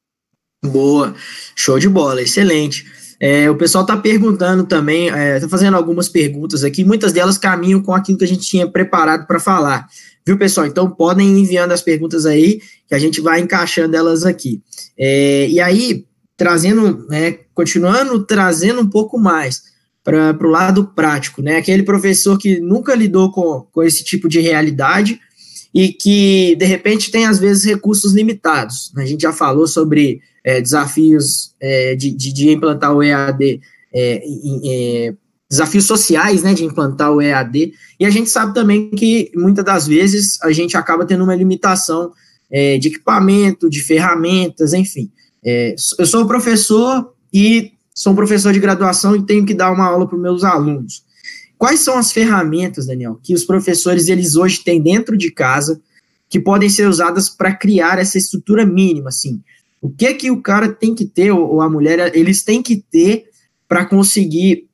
Boa, show de bola, excelente. É, o pessoal está perguntando também, está é, fazendo algumas perguntas aqui, muitas delas caminham com aquilo que a gente tinha preparado para falar, viu, pessoal? Então podem ir enviando as perguntas aí, que a gente vai encaixando elas aqui. É, e aí, trazendo, né, continuando trazendo um pouco mais para o lado prático, né, aquele professor que nunca lidou com, com esse tipo de realidade, e que, de repente, tem, às vezes, recursos limitados. A gente já falou sobre é, desafios é, de, de, de implantar o E A D, é, é, desafios sociais, né, de implantar o E A D, e a gente sabe também que, muitas das vezes, a gente acaba tendo uma limitação é, de equipamento, de ferramentas, enfim. É, eu sou professor e sou um professor de graduação e tenho que dar uma aula para os meus alunos. Quais são as ferramentas, Daniel, que os professores eles hoje têm dentro de casa que podem ser usadas para criar essa estrutura mínima, assim? O que que o cara tem que ter, ou a mulher, eles têm que ter para conseguir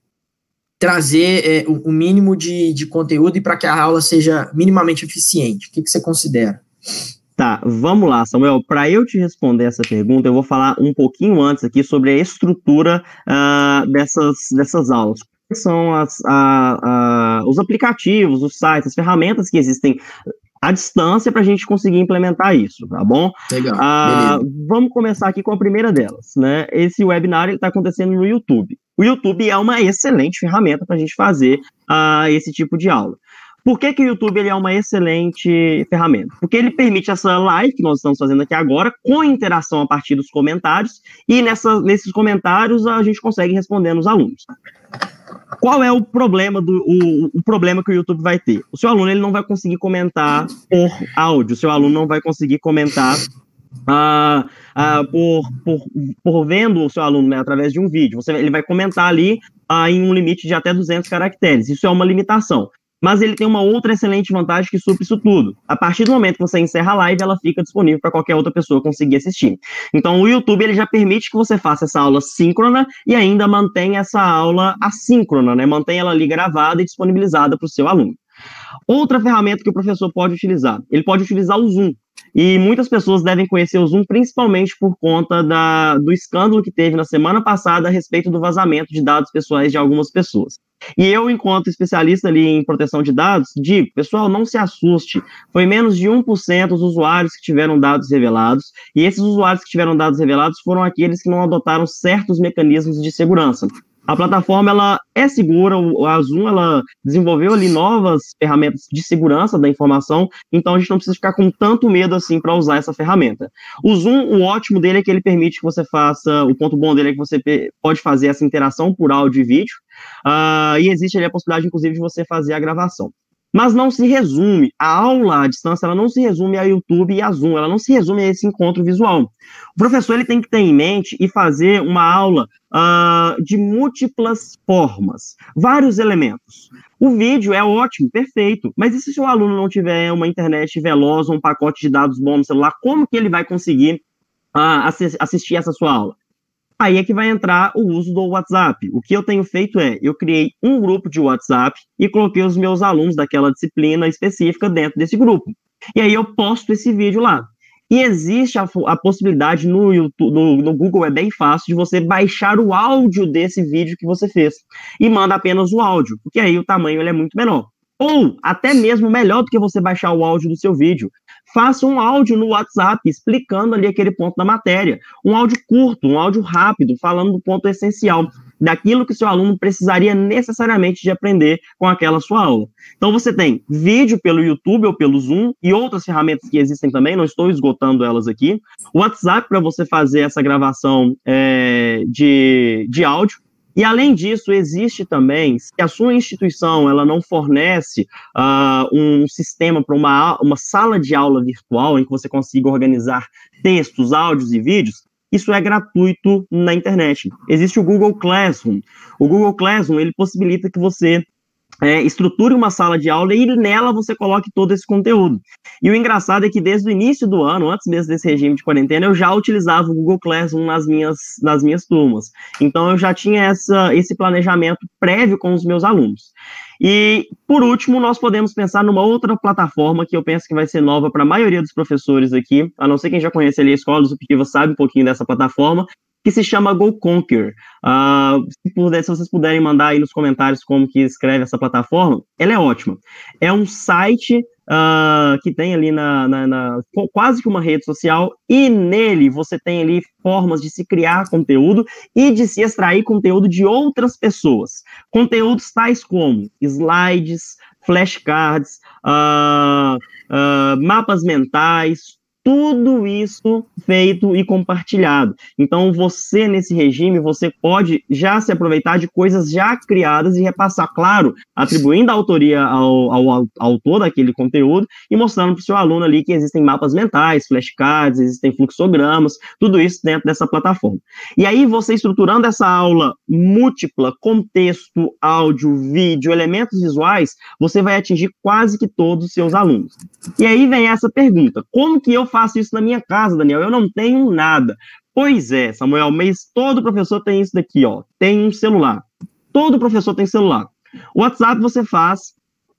trazer é, o mínimo de, de conteúdo e para que a aula seja minimamente eficiente? O que que você considera? Tá, vamos lá, Samuel. Para eu te responder essa pergunta, eu vou falar um pouquinho antes aqui sobre a estrutura uh, dessas, dessas aulas. Quais são as, a, a, os aplicativos, os sites, as ferramentas que existem à distância para a gente conseguir implementar isso, tá bom? Legal, uh, vamos começar aqui com a primeira delas, né? Esse webinar está acontecendo no YouTube. O YouTube é uma excelente ferramenta para a gente fazer uh, esse tipo de aula. Por que que o YouTube ele é uma excelente ferramenta? Porque ele permite essa live que nós estamos fazendo aqui agora, com interação a partir dos comentários, e nessa, nesses comentários a gente consegue responder nos alunos. Qual é o problema, do, o, o problema que o YouTube vai ter? O seu aluno ele não vai conseguir comentar por áudio, o seu aluno não vai conseguir comentar uh, uh, por, por, por vendo o seu aluno, né, através de um vídeo. Você, ele vai comentar ali uh, em um limite de até duzentos caracteres. Isso é uma limitação. Mas ele tem uma outra excelente vantagem que supre isso tudo. A partir do momento que você encerra a live, ela fica disponível para qualquer outra pessoa conseguir assistir. Então, o YouTube ele já permite que você faça essa aula síncrona e ainda mantenha essa aula assíncrona, né? Mantenha ela ali gravada e disponibilizada para o seu aluno. Outra ferramenta que o professor pode utilizar, ele pode utilizar o Zoom. E muitas pessoas devem conhecer o Zoom principalmente por conta da, do escândalo que teve na semana passada a respeito do vazamento de dados pessoais de algumas pessoas. E eu, enquanto especialista ali em proteção de dados, digo, pessoal, não se assuste, foi menos de um por cento dos usuários que tiveram dados revelados, e esses usuários que tiveram dados revelados foram aqueles que não adotaram certos mecanismos de segurança. A plataforma ela é segura, a Zoom ela desenvolveu ali novas ferramentas de segurança da informação, então a gente não precisa ficar com tanto medo assim para usar essa ferramenta. O Zoom, o ótimo dele é que ele permite que você faça, o ponto bom dele é que você pode fazer essa interação por áudio e vídeo, uh, e existe ali a possibilidade inclusive de você fazer a gravação. Mas não se resume, a aula à distância, ela não se resume a YouTube e a Zoom, ela não se resume a esse encontro visual. O professor ele tem que ter em mente e fazer uma aula uh, de múltiplas formas, vários elementos. O vídeo é ótimo, perfeito, mas e se o aluno não tiver uma internet veloz ou um pacote de dados bom no celular, como que ele vai conseguir uh, assistir essa sua aula? Aí é que vai entrar o uso do WhatsApp. O que eu tenho feito é, eu criei um grupo de WhatsApp e coloquei os meus alunos daquela disciplina específica dentro desse grupo. E aí eu posto esse vídeo lá. E existe a, a possibilidade no, YouTube, no, no Google, é bem fácil, de você baixar o áudio desse vídeo que você fez. E manda apenas o áudio, porque aí o tamanho ele é muito menor. Ou, até mesmo melhor do que você baixar o áudio do seu vídeo, faça um áudio no WhatsApp explicando ali aquele ponto da matéria. Um áudio curto, um áudio rápido, falando do ponto essencial, daquilo que o seu aluno precisaria necessariamente de aprender com aquela sua aula. Então você tem vídeo pelo YouTube ou pelo Zoom e outras ferramentas que existem também, não estou esgotando elas aqui. O WhatsApp para você fazer essa gravação é, de, de áudio. E, além disso, existe também, se a sua instituição ela não fornece uh, um sistema para uma, uma sala de aula virtual em que você consiga organizar textos, áudios e vídeos, isso é gratuito na internet. Existe o Google Classroom. O Google Classroom ele possibilita que você É, estruture uma sala de aula e nela você coloque todo esse conteúdo. E o engraçado é que desde o início do ano, antes mesmo desse regime de quarentena, eu já utilizava o Google Classroom nas minhas, nas minhas turmas. Então eu já tinha essa, esse planejamento prévio com os meus alunos. E, por último, nós podemos pensar numa outra plataforma que eu penso que vai ser nova para a maioria dos professores aqui, a não ser quem já conhece ali a Escola do Subpiva sabe um pouquinho dessa plataforma, que se chama GoConquer. Uh, se, puder, se vocês puderem mandar aí nos comentários como que escreve essa plataforma, ela é ótima. É um site uh, que tem ali na, na, na quase que uma rede social, e nele você tem ali formas de se criar conteúdo e de se extrair conteúdo de outras pessoas. Conteúdos tais como slides, flashcards, uh, uh, mapas mentais, tudo isso feito e compartilhado. Então, você, nesse regime, você pode já se aproveitar de coisas já criadas e repassar, claro, atribuindo a autoria ao, ao, ao autor daquele conteúdo e mostrando para o seu aluno ali que existem mapas mentais, flashcards, existem fluxogramas, tudo isso dentro dessa plataforma. E aí, você estruturando essa aula múltipla, com texto, áudio, vídeo, elementos visuais, você vai atingir quase que todos os seus alunos. E aí vem essa pergunta, como que eu faço isso na minha casa, Daniel? Eu não tenho nada. Pois é, Samuel, mas todo professor tem isso daqui, ó. Tem um celular. Todo professor tem celular. O WhatsApp você faz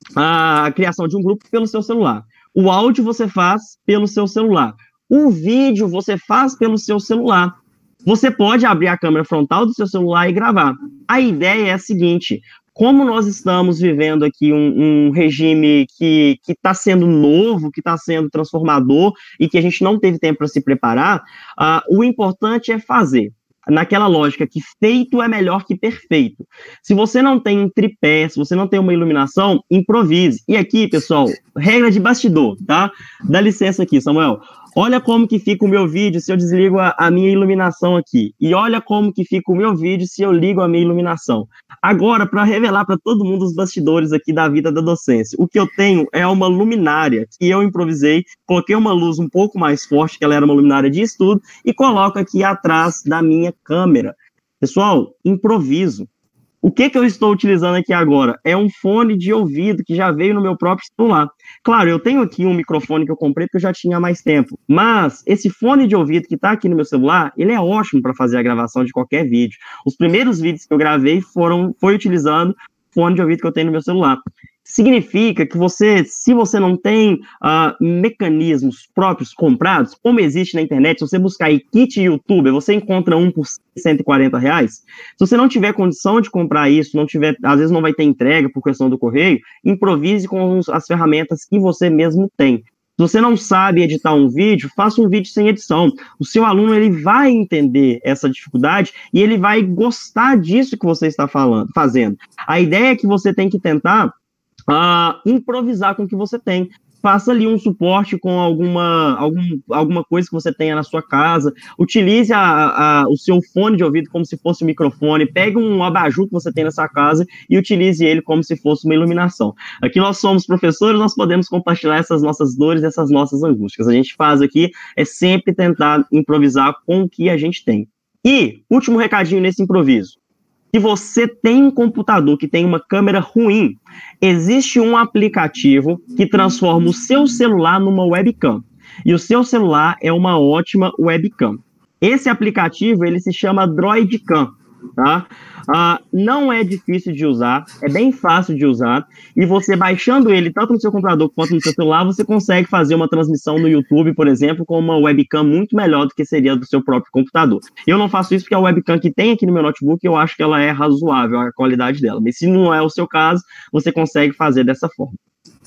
a criação de um grupo pelo seu celular. O áudio você faz pelo seu celular. O vídeo você faz pelo seu celular. Você pode abrir a câmera frontal do seu celular e gravar. A ideia é a seguinte: como nós estamos vivendo aqui um, um regime que está sendo novo, que está sendo transformador e que a gente não teve tempo para se preparar, uh, o importante é fazer. Naquela lógica que feito é melhor que perfeito. Se você não tem um tripé, se você não tem uma iluminação, improvise. E aqui, pessoal, regra de bastidor, tá? Dá licença aqui, Samuel. Olha como que fica o meu vídeo se eu desligo a, a minha iluminação aqui. E olha como que fica o meu vídeo se eu ligo a minha iluminação. Agora, para revelar para todo mundo os bastidores aqui da vida da docência, o que eu tenho é uma luminária que eu improvisei, coloquei uma luz um pouco mais forte, que ela era uma luminária de estudo, e coloco aqui atrás da minha câmera. Pessoal, improviso. O que que eu estou utilizando aqui agora? É um fone de ouvido que já veio no meu próprio celular. Claro, eu tenho aqui um microfone que eu comprei porque eu já tinha há mais tempo, mas esse fone de ouvido que está aqui no meu celular, ele é ótimo para fazer a gravação de qualquer vídeo. Os primeiros vídeos que eu gravei foram, foi utilizando o fone de ouvido que eu tenho no meu celular. Significa que você, se você não tem uh, mecanismos próprios comprados, como existe na internet, se você buscar aí kit youtuber, você encontra um por cento e quarenta reais. Se você não tiver condição de comprar isso, não tiver, às vezes não vai ter entrega por questão do correio, improvise com as ferramentas que você mesmo tem. Se você não sabe editar um vídeo, faça um vídeo sem edição. O seu aluno ele vai entender essa dificuldade e ele vai gostar disso que você está falando, fazendo. A ideia é que você tem que tentar Uh, improvisar com o que você tem. Faça ali um suporte com alguma, algum, alguma coisa que você tenha na sua casa. Utilize a, a, o seu fone de ouvido como se fosse um microfone. Pegue um abajur que você tem na sua casa e utilize ele como se fosse uma iluminação. Aqui nós somos professores, nós podemos compartilhar essas nossas dores, essas nossas angústias. A gente faz aqui é sempre tentar improvisar com o que a gente tem. E, último recadinho nesse improviso. Se você tem um computador que tem uma câmera ruim, existe um aplicativo que transforma o seu celular numa webcam. E o seu celular é uma ótima webcam. Esse aplicativo, ele se chama Droidcam, tá? Ah, não é difícil de usar, é bem fácil de usar, e você baixando ele tanto no seu computador quanto no seu celular, você consegue fazer uma transmissão no YouTube, por exemplo, com uma webcam muito melhor do que seria do seu próprio computador. Eu não faço isso porque a webcam que tem aqui no meu notebook, eu acho que ela é razoável, a qualidade dela, mas se não é o seu caso, você consegue fazer dessa forma.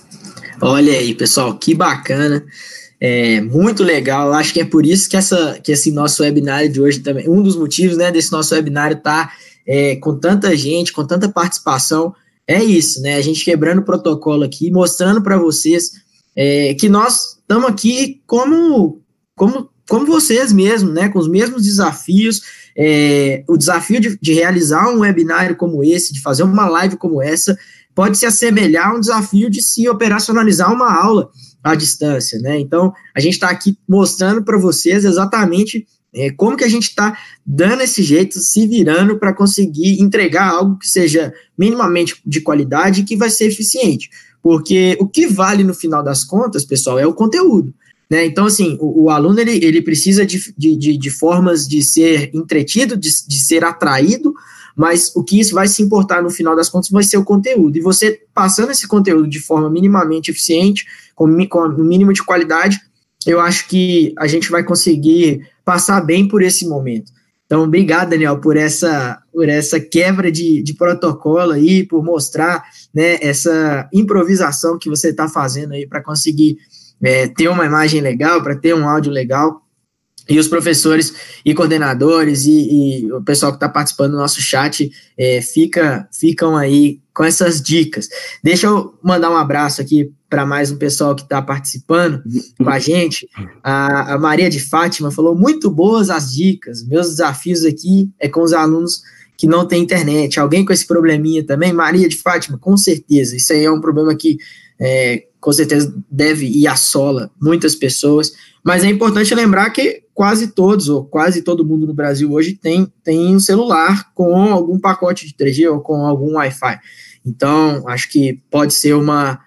Olha aí, pessoal, que bacana. É muito legal, acho que é por isso que, essa, que esse nosso webinário de hoje também, um dos motivos, né, desse nosso webinário tá é, com tanta gente, com tanta participação, é isso, né, a gente quebrando o protocolo aqui, mostrando para vocês é, que nós estamos aqui como, como, como vocês mesmos, né, com os mesmos desafios, é, o desafio de, de realizar um webinário como esse, de fazer uma live como essa, pode se assemelhar a um desafio de se operacionalizar uma aula à distância, né? Então, a gente está aqui mostrando para vocês exatamente é, como que a gente está dando esse jeito, se virando para conseguir entregar algo que seja minimamente de qualidade e que vai ser eficiente. Porque o que vale no final das contas, pessoal, é o conteúdo, né? Então, assim, o, o aluno ele, ele precisa de, de, de formas de ser entretido, de, de ser atraído, mas o que isso vai se importar no final das contas vai ser o conteúdo. E você passando esse conteúdo de forma minimamente eficiente, com, com o mínimo de qualidade, eu acho que a gente vai conseguir passar bem por esse momento. Então, obrigado, Daniel, por essa, por essa quebra de, de protocolo aí, por mostrar, né, essa improvisação que você está fazendo aí para conseguir é, ter uma imagem legal, para ter um áudio legal. E os professores e coordenadores e, e o pessoal que está participando do nosso chat é, fica, ficam aí com essas dicas. Deixa eu mandar um abraço aqui para mais um pessoal que está participando com a gente. A, a Maria de Fátima falou, muito boas as dicas, meus desafios aqui é com os alunos que não têm internet. Alguém com esse probleminha também? Maria de Fátima, com certeza, isso aí é um problema que é, com certeza deve ir assola muitas pessoas, mas é importante lembrar que quase todos, ou quase todo mundo no Brasil hoje tem, tem um celular com algum pacote de três G ou com algum Wi-Fi. Então, acho que pode ser uma,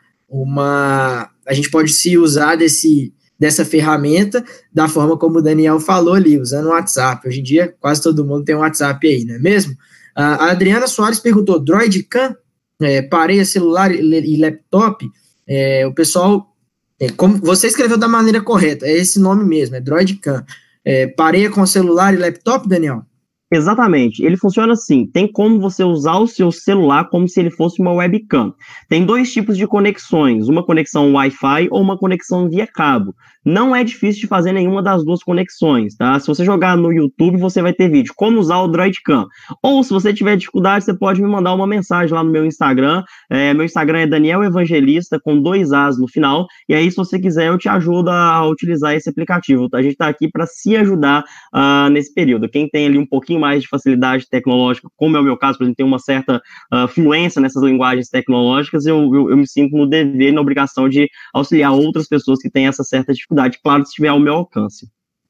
uma... A gente pode se usar desse, dessa ferramenta da forma como o Daniel falou ali, usando o WhatsApp. Hoje em dia, quase todo mundo tem um WhatsApp aí, não é mesmo? A Adriana Soares perguntou, Droidcam, é, pareia celular e laptop, é, o pessoal... É, como você escreveu da maneira correta, é esse nome mesmo, é Droidcam. É, pareia com celular e laptop, Daniel? Exatamente, ele funciona assim, tem como você usar o seu celular como se ele fosse uma webcam. Tem dois tipos de conexões, uma conexão Wi-Fi ou uma conexão via cabo. Não é difícil de fazer nenhuma das duas conexões, tá? Se você jogar no YouTube, você vai ter vídeo, como usar o Droidcam. Ou, se você tiver dificuldade, você pode me mandar uma mensagem lá no meu Instagram. É, meu Instagram é Daniel Evangelista, com dois As no final. E aí, se você quiser, eu te ajudo a utilizar esse aplicativo. A gente está aqui para se ajudar uh, nesse período. Quem tem ali um pouquinho mais de facilidade tecnológica, como é o meu caso, por exemplo, tem uma certa uh, fluência nessas linguagens tecnológicas, eu, eu, eu me sinto no dever e na obrigação de auxiliar outras pessoas que têm essa certa dificuldade. Claro, se estiver ao meu alcance.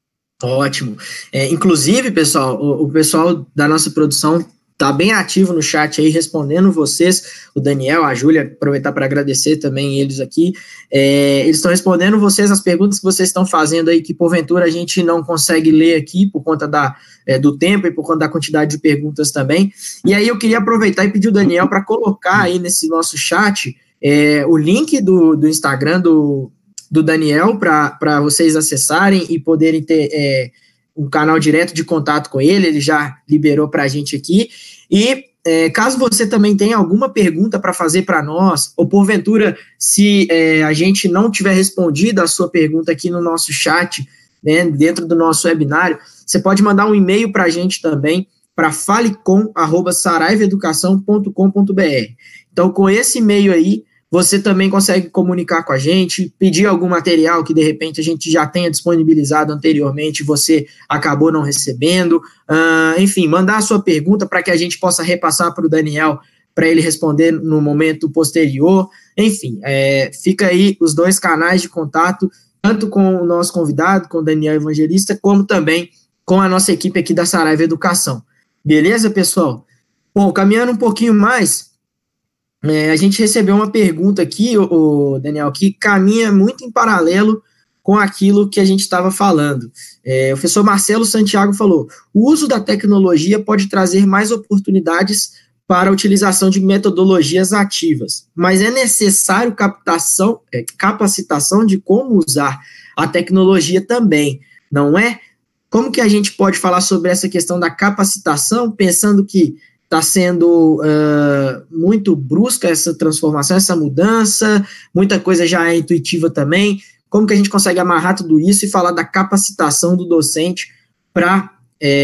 Ótimo. É, inclusive, pessoal, o, o pessoal da nossa produção está bem ativo no chat aí, respondendo vocês, o Daniel, a Júlia, aproveitar para agradecer também eles aqui, é, eles estão respondendo vocês, as perguntas que vocês estão fazendo aí, que porventura a gente não consegue ler aqui, por conta da, é, do tempo e por conta da quantidade de perguntas também, e aí eu queria aproveitar e pedir o Daniel para colocar aí nesse nosso chat é, o link do, do Instagram do do Daniel, para vocês acessarem e poderem ter é, um canal direto de contato com ele, ele já liberou para a gente aqui, e é, caso você também tenha alguma pergunta para fazer para nós, ou porventura, se é, a gente não tiver respondido a sua pergunta aqui no nosso chat, né, dentro do nosso webinário, você pode mandar um e-mail para a gente também, para falecom arroba saraiva educação ponto com ponto b r. Então, com esse e-mail aí, você também consegue comunicar com a gente, pedir algum material que, de repente, a gente já tenha disponibilizado anteriormente e você acabou não recebendo. Uh, enfim, mandar a sua pergunta para que a gente possa repassar para o Daniel, para ele responder no momento posterior. Enfim, é, fica aí os dois canais de contato, tanto com o nosso convidado, com o Daniel Evangelista, como também com a nossa equipe aqui da Saraiva Educação. Beleza, pessoal? Bom, caminhando um pouquinho mais... É, a gente recebeu uma pergunta aqui, o, o Daniel, que caminha muito em paralelo com aquilo que a gente estava falando. É, o professor Marcelo Santiago falou, o uso da tecnologia pode trazer mais oportunidades para a utilização de metodologias ativas, mas é necessário captação, é, capacitação de como usar a tecnologia também, não é? Como que a gente pode falar sobre essa questão da capacitação, pensando que está sendo uh, muito brusca essa transformação, essa mudança, muita coisa já é intuitiva também. Como que a gente consegue amarrar tudo isso e falar da capacitação do docente para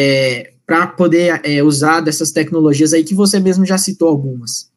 é, para poder é, usar dessas tecnologias aí que você mesmo já citou algumas?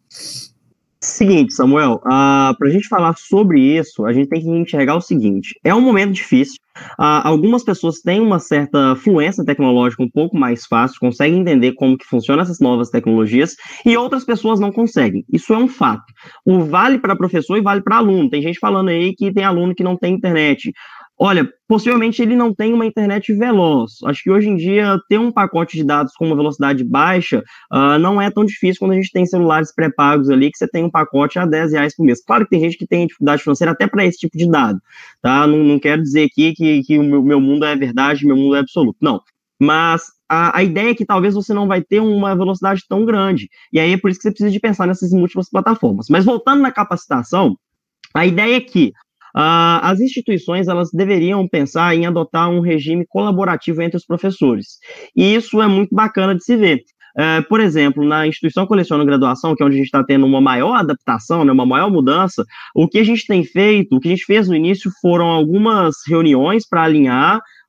Seguinte, Samuel, uh, para a gente falar sobre isso, a gente tem que enxergar o seguinte, é um momento difícil, uh, algumas pessoas têm uma certa fluência tecnológica um pouco mais fácil, conseguem entender como que funcionam essas novas tecnologias, e outras pessoas não conseguem, isso é um fato. O vale para professor e vale para aluno, tem gente falando aí que tem aluno que não tem internet. Olha, possivelmente ele não tem uma internet veloz. Acho que hoje em dia ter um pacote de dados com uma velocidade baixa uh, não é tão difícil quando a gente tem celulares pré-pagos ali, que você tem um pacote a dez reais por mês. Claro que tem gente que tem dificuldade financeira até para esse tipo de dado, tá? Não, não quero dizer aqui que, que o meu, meu mundo é verdade, meu mundo é absoluto. Não. Mas a, a ideia é que talvez você não vai ter uma velocidade tão grande. E aí é por isso que você precisa de pensar nessas múltiplas plataformas. Mas voltando na capacitação, a ideia é que Uh, as instituições elas deveriam pensar em adotar um regime colaborativo entre os professores, e isso é muito bacana de se ver. Uh, por exemplo, na instituição que eu leciono graduação, que é onde a gente está tendo uma maior adaptação, né, uma maior mudança, o que a gente tem feito, o que a gente fez no início foram algumas reuniões para alinhar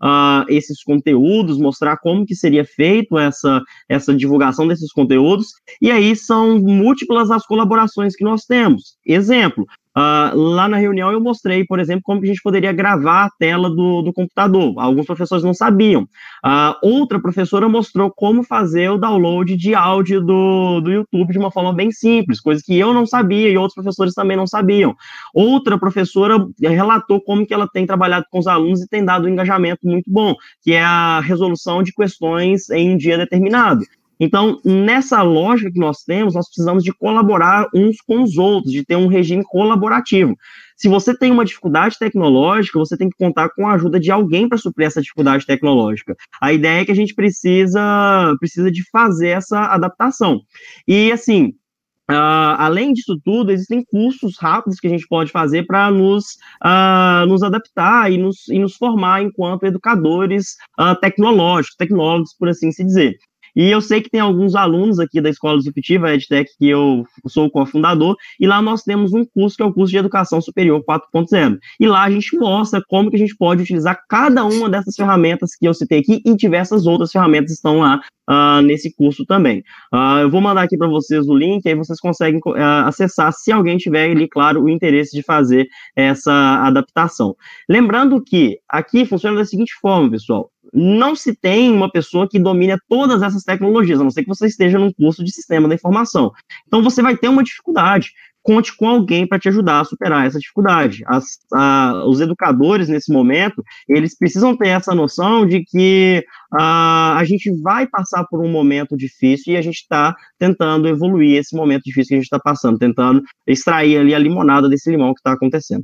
uh, esses conteúdos, mostrar como que seria feito essa, essa divulgação desses conteúdos, e aí são múltiplas as colaborações que nós temos. Exemplo, Uh, lá na reunião eu mostrei, por exemplo, como que a gente poderia gravar a tela do, do computador. Alguns professores não sabiam. Uh, outra professora mostrou como fazer o download de áudio do, do YouTube de uma forma bem simples, coisa que eu não sabia e outros professores também não sabiam. Outra professora relatou como que ela tem trabalhado com os alunos e tem dado um engajamento muito bom, que é a resolução de questões em um dia determinado. Então, nessa lógica que nós temos, nós precisamos de colaborar uns com os outros, de ter um regime colaborativo. Se você tem uma dificuldade tecnológica, você tem que contar com a ajuda de alguém para suprir essa dificuldade tecnológica. A ideia é que a gente precisa, precisa de fazer essa adaptação. E, assim, Uh, além disso tudo, existem cursos rápidos que a gente pode fazer para nos, uh, nos adaptar e nos, e nos formar enquanto educadores uh, tecnológicos, tecnólogos, por assim se dizer. E eu sei que tem alguns alunos aqui da Escola Disruptiva, a EdTech, que eu sou o cofundador, e lá nós temos um curso que é o curso de Educação Superior quatro ponto zero. E lá a gente mostra como que a gente pode utilizar cada uma dessas ferramentas que eu citei aqui e diversas outras ferramentas estão lá uh, nesse curso também. Uh, eu vou mandar aqui para vocês o link, aí vocês conseguem uh, acessar, se alguém tiver ali, claro, o interesse de fazer essa adaptação. Lembrando que aqui funciona da seguinte forma, pessoal. Não se tem uma pessoa que domine todas essas tecnologias, a não ser que você esteja num curso de sistema da informação. Então, você vai ter uma dificuldade. Conte com alguém para te ajudar a superar essa dificuldade. As, a, os educadores, nesse momento, eles precisam ter essa noção de que a, a gente vai passar por um momento difícil e a gente está tentando evoluir esse momento difícil que a gente está passando, tentando extrair ali a limonada desse limão que está acontecendo.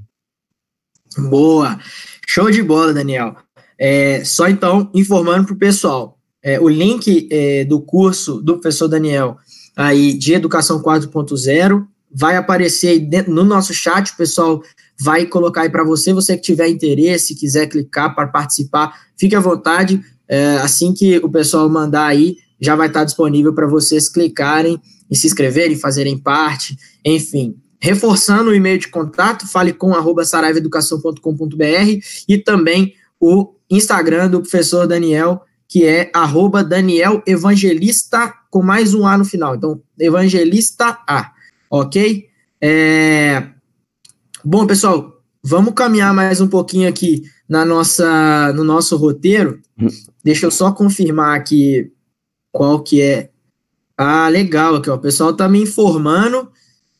Boa! Show de bola, Daniel. É, só então, informando para o pessoal, é, o link é, do curso do professor Daniel aí, de Educação quatro ponto zero vai aparecer aí dentro, no nosso chat, o pessoal vai colocar aí para você, você que tiver interesse, quiser clicar para participar, fique à vontade, é, assim que o pessoal mandar aí, já vai estar disponível para vocês clicarem e se inscreverem, fazerem parte, enfim. Reforçando o e-mail de contato, fale com arroba saraiva educação ponto com ponto br e também o Instagram do professor Daniel, que é arroba Daniel Evangelista, com mais um A no final. Então, Evangelista A, ok? É... Bom, pessoal, vamos caminhar mais um pouquinho aqui na nossa, no nosso roteiro. Deixa eu só confirmar aqui qual que é. Ah, legal, aqui, ó. O pessoal está me informando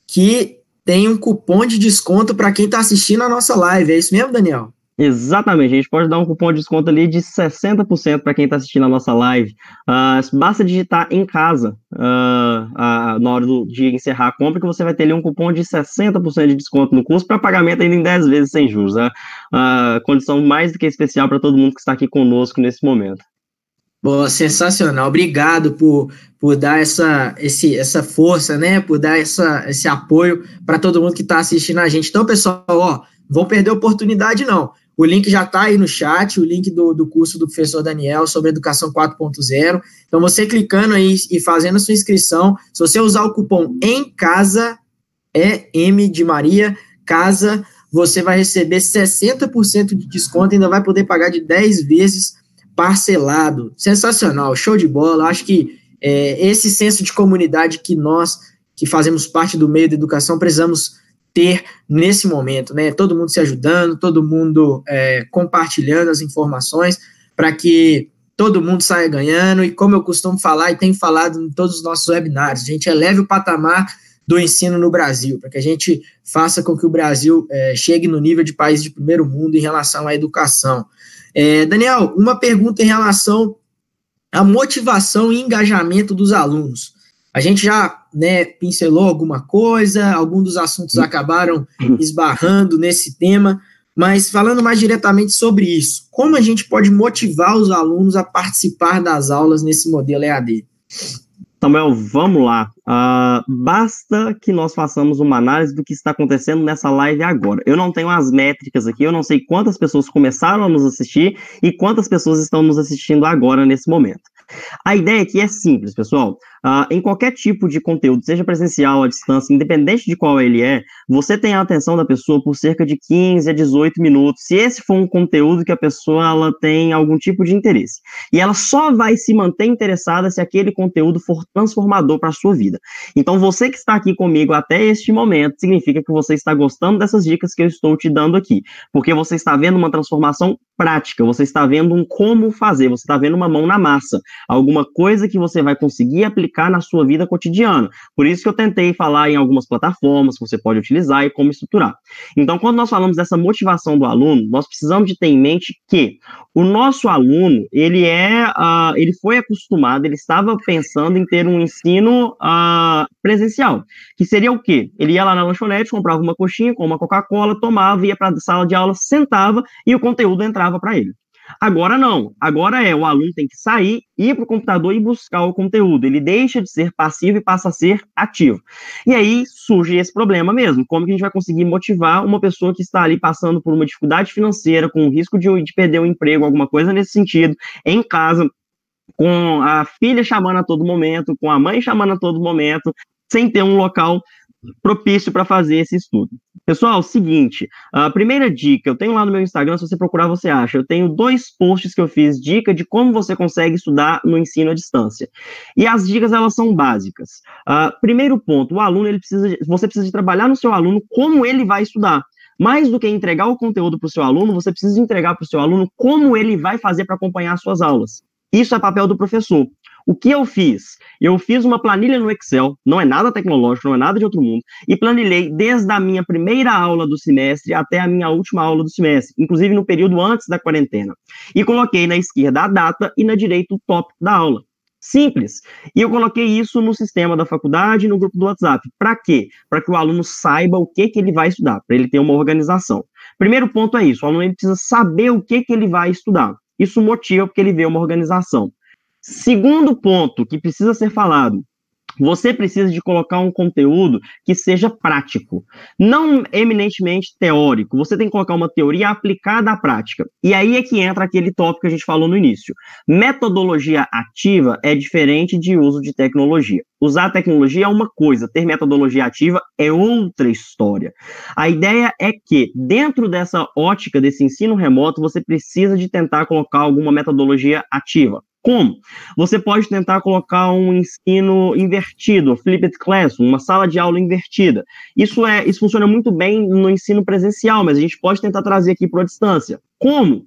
que tem um cupom de desconto para quem está assistindo a nossa live. É isso mesmo, Daniel? Exatamente, a gente pode dar um cupom de desconto ali de sessenta por cento para quem está assistindo a nossa live. Uh, basta digitar em casa uh, uh, na hora do, de encerrar a compra que você vai ter ali um cupom de sessenta por cento de desconto no curso para pagamento ainda em dez vezes sem juros. Né? Uh, condição mais do que especial para todo mundo que está aqui conosco nesse momento. Boa, sensacional. Obrigado por, por dar essa, esse, essa força, né? Por dar essa, esse apoio para todo mundo que está assistindo a gente. Então, pessoal, ó, não vão perder a oportunidade, não. O link já está aí no chat, o link do, do curso do professor Daniel sobre Educação quatro ponto zero. Então, você clicando aí e fazendo a sua inscrição, se você usar o cupom em casa, é M de Maria, casa, você vai receber sessenta por cento de desconto e ainda vai poder pagar de dez vezes parcelado. Sensacional, show de bola. Acho que é, esse senso de comunidade que nós, que fazemos parte do meio da educação, precisamos ter nesse momento, né? Todo mundo se ajudando, todo mundo é, compartilhando as informações para que todo mundo saia ganhando e, como eu costumo falar e tenho falado em todos os nossos webinários, a gente eleve o patamar do ensino no Brasil, para que a gente faça com que o Brasil é, chegue no nível de país de primeiro mundo em relação à educação. É, Daniel, uma pergunta em relação à motivação e engajamento dos alunos. A gente já, né, pincelou alguma coisa, alguns dos assuntos acabaram esbarrando nesse tema, mas falando mais diretamente sobre isso, como a gente pode motivar os alunos a participar das aulas nesse modelo E A D? Samuel, vamos lá. Uh, basta que nós façamos uma análise do que está acontecendo nessa live agora. Eu não tenho as métricas aqui, eu não sei quantas pessoas começaram a nos assistir e quantas pessoas estão nos assistindo agora nesse momento. A ideia aqui é simples, pessoal. Uh, em qualquer tipo de conteúdo, seja presencial, à distância, independente de qual ele é, você tem a atenção da pessoa por cerca de quinze a dezoito minutos, se esse for um conteúdo que a pessoa ela tem algum tipo de interesse. E ela só vai se manter interessada se aquele conteúdo for transformador para a sua vida. Então, você que está aqui comigo até este momento, significa que você está gostando dessas dicas que eu estou te dando aqui, porque você está vendo uma transformação prática, você está vendo um como fazer, você está vendo uma mão na massa, alguma coisa que você vai conseguir aplicar na sua vida cotidiana. Por isso que eu tentei falar em algumas plataformas que você pode utilizar e como estruturar. Então, quando nós falamos dessa motivação do aluno, nós precisamos de ter em mente que o nosso aluno, ele é, uh, ele foi acostumado, ele estava pensando em ter um ensino uh, presencial, que seria o quê? Ele ia lá na lanchonete, comprava uma coxinha com uma Coca-Cola, tomava, ia para a sala de aula, sentava e o conteúdo entrava para ele. Agora não, agora é, o aluno tem que sair, ir para o computador e buscar o conteúdo, ele deixa de ser passivo e passa a ser ativo. E aí surge esse problema mesmo, como que a gente vai conseguir motivar uma pessoa que está ali passando por uma dificuldade financeira, com o risco de, de perder o emprego, alguma coisa nesse sentido, em casa, com a filha chamando a todo momento, com a mãe chamando a todo momento, sem ter um local propício para fazer esse estudo. Pessoal, seguinte, a primeira dica, eu tenho lá no meu Instagram, se você procurar você acha, eu tenho dois posts que eu fiz, dica de como você consegue estudar no ensino à distância. E as dicas, elas são básicas. Uh, primeiro ponto, o aluno, ele precisa, de, você precisa de trabalhar no seu aluno como ele vai estudar. Mais do que entregar o conteúdo para o seu aluno, você precisa entregar para o seu aluno como ele vai fazer para acompanhar as suas aulas. Isso é papel do professor. O que eu fiz? Eu fiz uma planilha no Excel, não é nada tecnológico, não é nada de outro mundo, e planilhei desde a minha primeira aula do semestre até a minha última aula do semestre, inclusive no período antes da quarentena. E coloquei na esquerda a data e na direita o tópico da aula. Simples. E eu coloquei isso no sistema da faculdade e no grupo do WhatsApp. Para quê? Para que o aluno saiba o que, que ele vai estudar, para ele ter uma organização. Primeiro ponto é isso, o aluno ele precisa saber o que, que ele vai estudar. Isso motiva porque ele vê uma organização. Segundo ponto que precisa ser falado, você precisa de colocar um conteúdo que seja prático, não eminentemente teórico. Você tem que colocar uma teoria aplicada à prática. E aí é que entra aquele tópico que a gente falou no início. Metodologia ativa é diferente de uso de tecnologia. Usar tecnologia é uma coisa, ter metodologia ativa é outra história. A ideia é que, dentro dessa ótica, desse ensino remoto, você precisa de tentar colocar alguma metodologia ativa. Como? Você pode tentar colocar um ensino invertido, flipped classroom, uma sala de aula invertida. Isso, é, isso funciona muito bem no ensino presencial, mas a gente pode tentar trazer aqui para a distância. Como?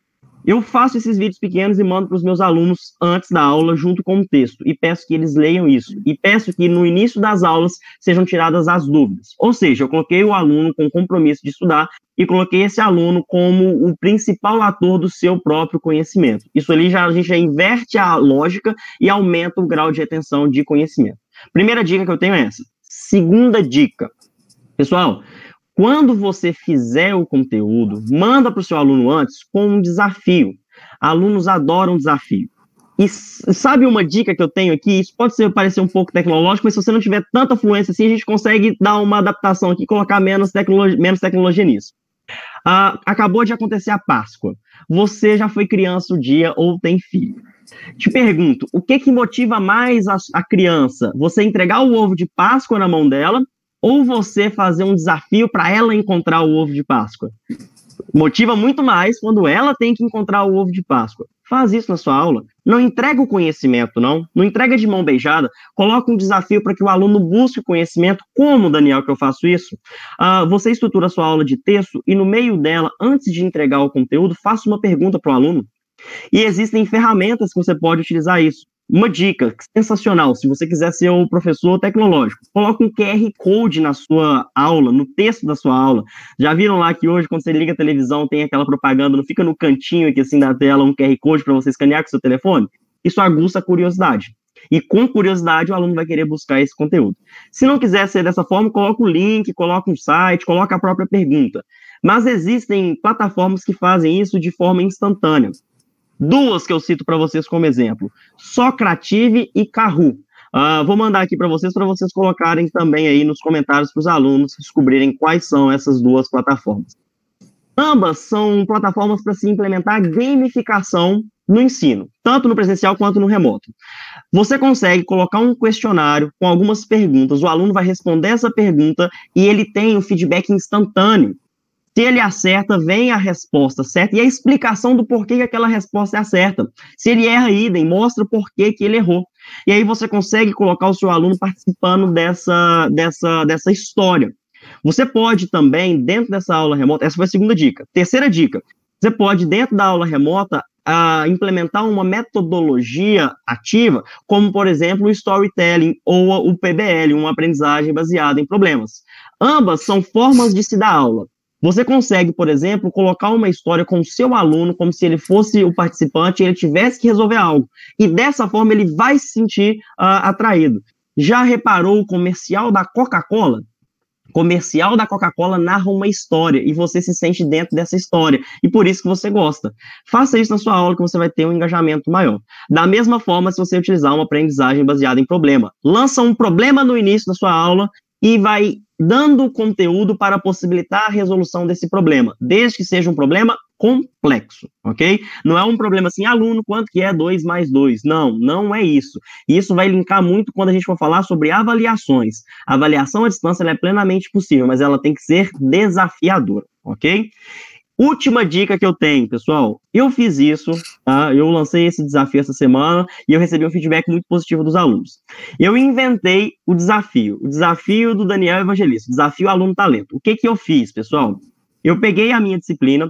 Eu faço esses vídeos pequenos e mando para os meus alunos antes da aula, junto com o texto, e peço que eles leiam isso. E peço que no início das aulas sejam tiradas as dúvidas. Ou seja, eu coloquei o aluno com compromisso de estudar e coloquei esse aluno como o principal ator do seu próprio conhecimento. Isso ali já, a gente já inverte a lógica e aumenta o grau de retenção de conhecimento. Primeira dica que eu tenho é essa. Segunda dica. Pessoal, quando você fizer o conteúdo, manda para o seu aluno antes com um desafio. Alunos adoram desafio. E sabe uma dica que eu tenho aqui? Isso pode ser, parecer um pouco tecnológico, mas se você não tiver tanta fluência assim, a gente consegue dar uma adaptação aqui e colocar menos tecnologia, menos tecnologia nisso. Uh, acabou de acontecer a Páscoa. Você já foi criança o dia ou tem filho. Te pergunto, o que, que motiva mais a, a criança? Você entregar o ovo de Páscoa na mão dela ou você fazer um desafio para ela encontrar o ovo de Páscoa? Motiva muito mais quando ela tem que encontrar o ovo de Páscoa. Faz isso na sua aula. Não entrega o conhecimento, não. Não entrega de mão beijada. Coloca um desafio para que o aluno busque o conhecimento. Como, Daniel, que eu faço isso? Uh, você estrutura a sua aula de texto e no meio dela, antes de entregar o conteúdo, faça uma pergunta para o aluno. E existem ferramentas que você pode utilizar isso. Uma dica sensacional, se você quiser ser um professor tecnológico, coloque um Q R Code na sua aula, no texto da sua aula. Já viram lá que hoje, quando você liga a televisão, tem aquela propaganda, não fica no cantinho aqui assim da tela, um Q R Code para você escanear com o seu telefone? Isso aguça a curiosidade. E com curiosidade, o aluno vai querer buscar esse conteúdo. Se não quiser ser dessa forma, coloca o link, coloca um site, coloca a própria pergunta. Mas existem plataformas que fazem isso de forma instantânea. Duas que eu cito para vocês como exemplo, Socrative e Kahoot. Uh, vou mandar aqui para vocês, para vocês colocarem também aí nos comentários para os alunos descobrirem quais são essas duas plataformas. Ambas são plataformas para se implementar gamificação no ensino, tanto no presencial quanto no remoto. Você consegue colocar um questionário com algumas perguntas, o aluno vai responder essa pergunta e ele tem o feedback instantâneo. Se ele acerta, vem a resposta certa e a explicação do porquê que aquela resposta é a certa. Se ele erra, idem, mostra o porquê que ele errou. E aí você consegue colocar o seu aluno participando dessa, dessa, dessa história. Você pode também, dentro dessa aula remota, essa foi a segunda dica. Terceira dica, você pode, dentro da aula remota, a implementar uma metodologia ativa, como, por exemplo, o storytelling ou o P B L, uma aprendizagem baseada em problemas. Ambas são formas de se dar aula. Você consegue, por exemplo, colocar uma história com o seu aluno como se ele fosse o participante e ele tivesse que resolver algo. E dessa forma ele vai se sentir uh, atraído. Já reparou o comercial da Coca-Cola? O comercial da Coca-Cola narra uma história e você se sente dentro dessa história. E por isso que você gosta. Faça isso na sua aula que você vai ter um engajamento maior. Da mesma forma, se você utilizar uma aprendizagem baseada em problema. Lança um problema no início da sua aula e vai dando conteúdo para possibilitar a resolução desse problema, desde que seja um problema complexo, ok? Não é um problema assim, aluno, quanto que é dois mais dois? Não, não é isso. E isso vai linkar muito quando a gente for falar sobre avaliações. A avaliação à distância ela é plenamente possível, mas ela tem que ser desafiadora, ok? Última dica que eu tenho, pessoal, eu fiz isso, tá? Eu lancei esse desafio essa semana e eu recebi um feedback muito positivo dos alunos. Eu inventei o desafio, o desafio do Daniel Evangelista, o desafio aluno talento. O que que eu fiz, pessoal? Eu peguei a minha disciplina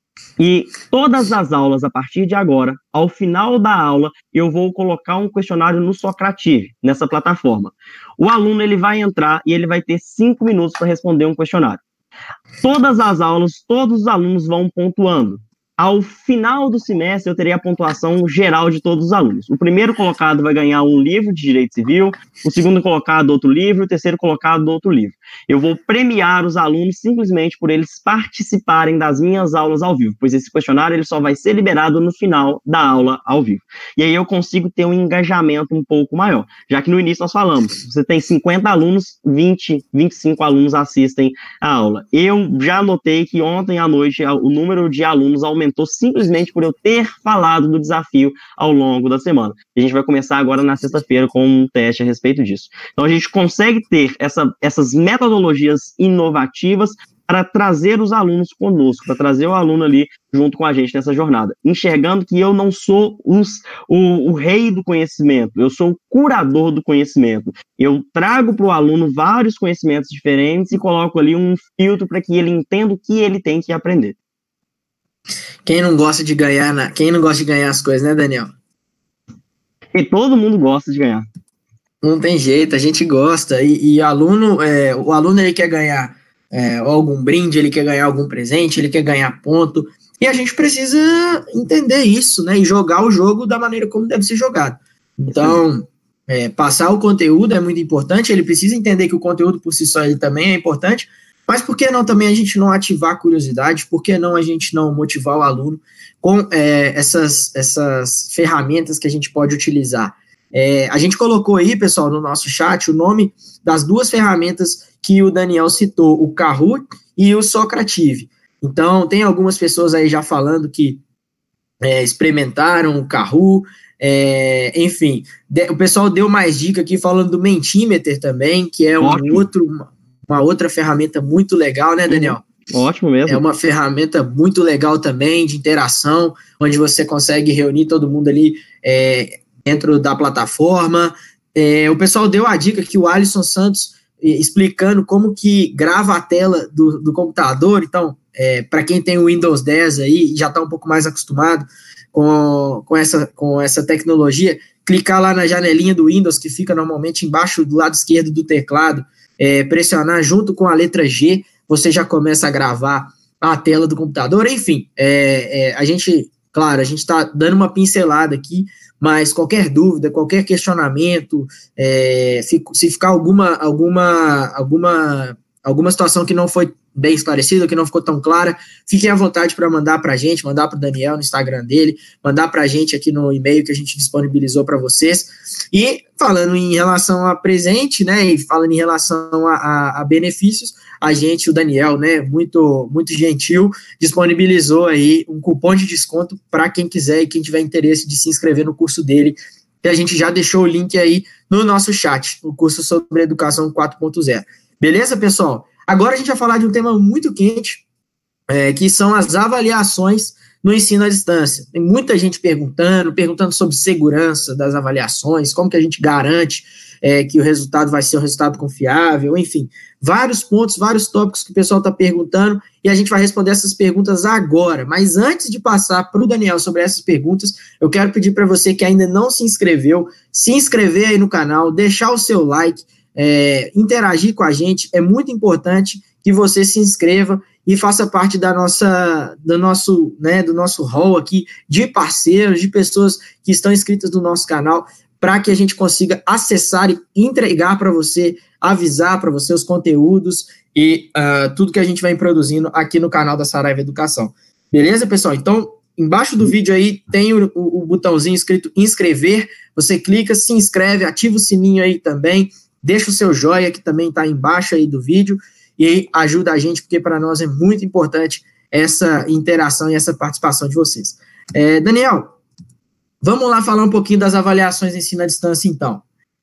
e todas as aulas, a partir de agora, ao final da aula, eu vou colocar um questionário no Socrative, nessa plataforma. O aluno ele vai entrar e ele vai ter cinco minutos para responder um questionário. Todas as aulas, todos os alunos vão pontuando. Ao final do semestre, eu terei a pontuação geral de todos os alunos. O primeiro colocado vai ganhar um livro de Direito Civil, o segundo colocado outro livro, o terceiro colocado outro livro. Eu vou premiar os alunos simplesmente por eles participarem das minhas aulas ao vivo, pois esse questionário ele só vai ser liberado no final da aula ao vivo. E aí eu consigo ter um engajamento um pouco maior, já que no início nós falamos, você tem cinquenta alunos, vinte, vinte e cinco alunos assistem a aula. Eu já notei que ontem à noite o número de alunos aumentou aumentou simplesmente por eu ter falado do desafio ao longo da semana. A gente vai começar agora na sexta-feira com um teste a respeito disso. Então a gente consegue ter essa, essas metodologias inovativas para trazer os alunos conosco, para trazer o aluno ali junto com a gente nessa jornada, enxergando que eu não sou os, o, o rei do conhecimento, eu sou o curador do conhecimento. Eu trago para o aluno vários conhecimentos diferentes e coloco ali um filtro para que ele entenda o que ele tem que aprender. Quem não gosta de ganhar, na... quem não gosta de ganhar as coisas, né, Daniel? E todo mundo gosta de ganhar. Não tem jeito, a gente gosta. E, e aluno, é, o aluno ele quer ganhar é, algum brinde, ele quer ganhar algum presente, ele quer ganhar ponto. E a gente precisa entender isso, né? E jogar o jogo da maneira como deve ser jogado. Então, é, passar o conteúdo é muito importante. Ele precisa entender que o conteúdo por si só ele também é importante. Mas por que não também a gente não ativar a curiosidade? Por que não a gente não motivar o aluno com é, essas, essas ferramentas que a gente pode utilizar? É, a gente colocou aí, pessoal, no nosso chat, o nome das duas ferramentas que o Daniel citou, o Kahoot e o Socrative. Então, tem algumas pessoas aí já falando que é, experimentaram o Kahoot, é, enfim. De, o pessoal deu mais dica aqui falando do Mentimeter também, que é um Ótimo. outro... Uma outra ferramenta muito legal, né, Daniel? Ótimo mesmo. É uma ferramenta muito legal também, de interação, onde você consegue reunir todo mundo ali é, dentro da plataforma. É, o pessoal deu a dica que o Alisson Santos explicando como que grava a tela do, do computador. Então, é, para quem tem o Windows dez aí, já está um pouco mais acostumado com, com, essa, com essa tecnologia, clicar lá na janelinha do Windows, que fica normalmente embaixo do lado esquerdo do teclado, É, pressionar junto com a letra G, você já começa a gravar a tela do computador. Enfim, é, é, a gente, claro, a gente está dando uma pincelada aqui, mas qualquer dúvida, qualquer questionamento, é, fico, se ficar alguma, alguma, alguma alguma situação que não foi bem esclarecida, que não ficou tão clara, fiquem à vontade para mandar para a gente, mandar para o Daniel no Instagram dele, mandar para a gente aqui no e-mail que a gente disponibilizou para vocês. E falando em relação a presente, né, e falando em relação a, a, a benefícios, a gente, o Daniel, né, muito, muito gentil, disponibilizou aí um cupom de desconto para quem quiser e quem tiver interesse de se inscrever no curso dele, que a gente já deixou o link aí no nosso chat, o curso sobre educação quatro ponto zero. Beleza, pessoal? Agora a gente vai falar de um tema muito quente, é, que são as avaliações no ensino à distância. Tem muita gente perguntando, perguntando sobre segurança das avaliações, como que a gente garante é, que o resultado vai ser um resultado confiável, enfim, vários pontos, vários tópicos que o pessoal está perguntando, e a gente vai responder essas perguntas agora. Mas antes de passar para o Daniel sobre essas perguntas, eu quero pedir para você que ainda não se inscreveu, se inscrever aí no canal, deixar o seu like, é, interagir com a gente. É muito importante que você se inscreva e faça parte da nossa, do nosso, né, do nosso hall aqui de parceiros, de pessoas que estão inscritas no nosso canal, para que a gente consiga acessar e entregar para você, avisar para você os conteúdos e uh, tudo que a gente vem produzindo aqui no canal da Saraiva Educação. Beleza, pessoal? Então, embaixo do vídeo aí tem o, o, o botãozinho escrito inscrever, você clica, se inscreve, ativa o sininho aí também, deixa o seu joinha que também está embaixo aí do vídeo e ajuda a gente, porque para nós é muito importante essa interação e essa participação de vocês. É, Daniel, vamos lá falar um pouquinho das avaliações de ensino à distância, então.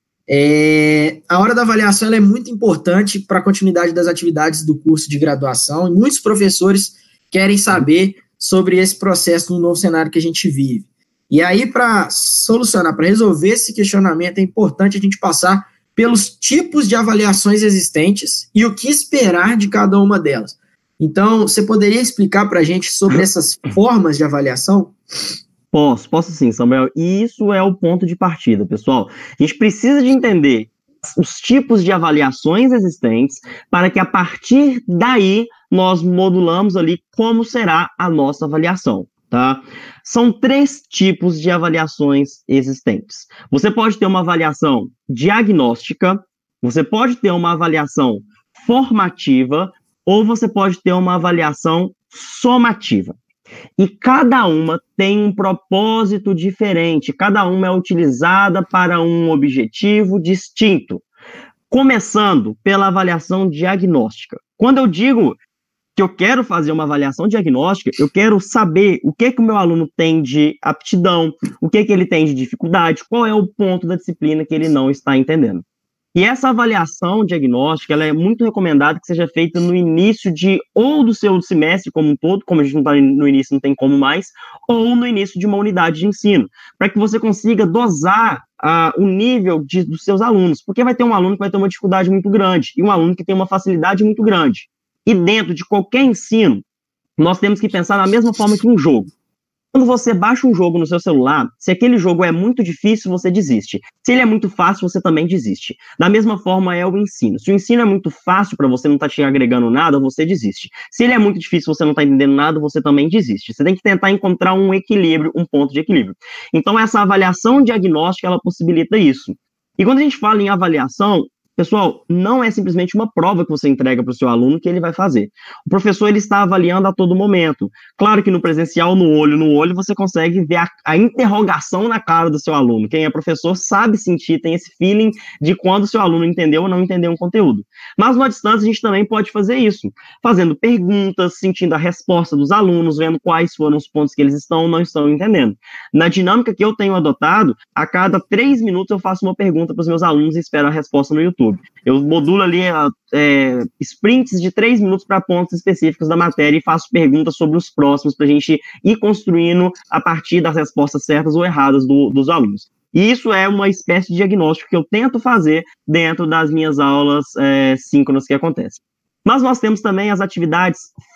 É, a hora da avaliação ela é muito importante para a continuidade das atividades do curso de graduação, e muitos professores querem saber sobre esse processo no novo cenário que a gente vive. E aí, para solucionar, para resolver esse questionamento, é importante a gente passar pelos tipos de avaliações existentes e o que esperar de cada uma delas. Então, você poderia explicar para a gente sobre essas formas de avaliação? Posso, posso sim, Samuel. E isso é o ponto de partida, pessoal. A gente precisa de entender os tipos de avaliações existentes para que, a partir daí, nós modulamos ali como será a nossa avaliação, tá? São três tipos de avaliações existentes. Você pode ter uma avaliação diagnóstica, você pode ter uma avaliação formativa, ou você pode ter uma avaliação somativa. E cada uma tem um propósito diferente, cada uma é utilizada para um objetivo distinto. Começando pela avaliação diagnóstica. Quando eu digo que eu quero fazer uma avaliação diagnóstica, eu quero saber o que que o meu aluno tem de aptidão, o que que ele tem de dificuldade, qual é o ponto da disciplina que ele não está entendendo. E essa avaliação diagnóstica, ela é muito recomendada que seja feita no início de, ou do seu semestre como um todo, como a gente não está no início, não tem como mais, ou no início de uma unidade de ensino, para que você consiga dosar uh, o nível de, dos seus alunos, porque vai ter um aluno que vai ter uma dificuldade muito grande, e um aluno que tem uma facilidade muito grande. E dentro de qualquer ensino, nós temos que pensar da mesma forma que um jogo. Quando você baixa um jogo no seu celular, se aquele jogo é muito difícil, você desiste. Se ele é muito fácil, você também desiste. Da mesma forma é o ensino. Se o ensino é muito fácil para você, não está te agregando nada, você desiste. Se ele é muito difícil, você não está entendendo nada, você também desiste. Você tem que tentar encontrar um equilíbrio, um ponto de equilíbrio. Então, essa avaliação diagnóstica, ela possibilita isso. E quando a gente fala em avaliação, pessoal, não é simplesmente uma prova que você entrega para o seu aluno que ele vai fazer. O professor ele está avaliando a todo momento. Claro que no presencial, no olho no olho, você consegue ver a, a interrogação na cara do seu aluno. Quem é professor sabe sentir, tem esse feeling de quando o seu aluno entendeu ou não entendeu um conteúdo. Mas no à distância a gente também pode fazer isso, fazendo perguntas, sentindo a resposta dos alunos, vendo quais foram os pontos que eles estão ou não estão entendendo. Na dinâmica que eu tenho adotado, a cada três minutos eu faço uma pergunta para os meus alunos e espero a resposta no YouTube. Eu modulo ali é, sprints de três minutos para pontos específicos da matéria e faço perguntas sobre os próximos para a gente ir construindo a partir das respostas certas ou erradas do, dos alunos. E isso é uma espécie de diagnóstico que eu tento fazer dentro das minhas aulas é, síncronas que acontecem. Mas nós temos também as atividades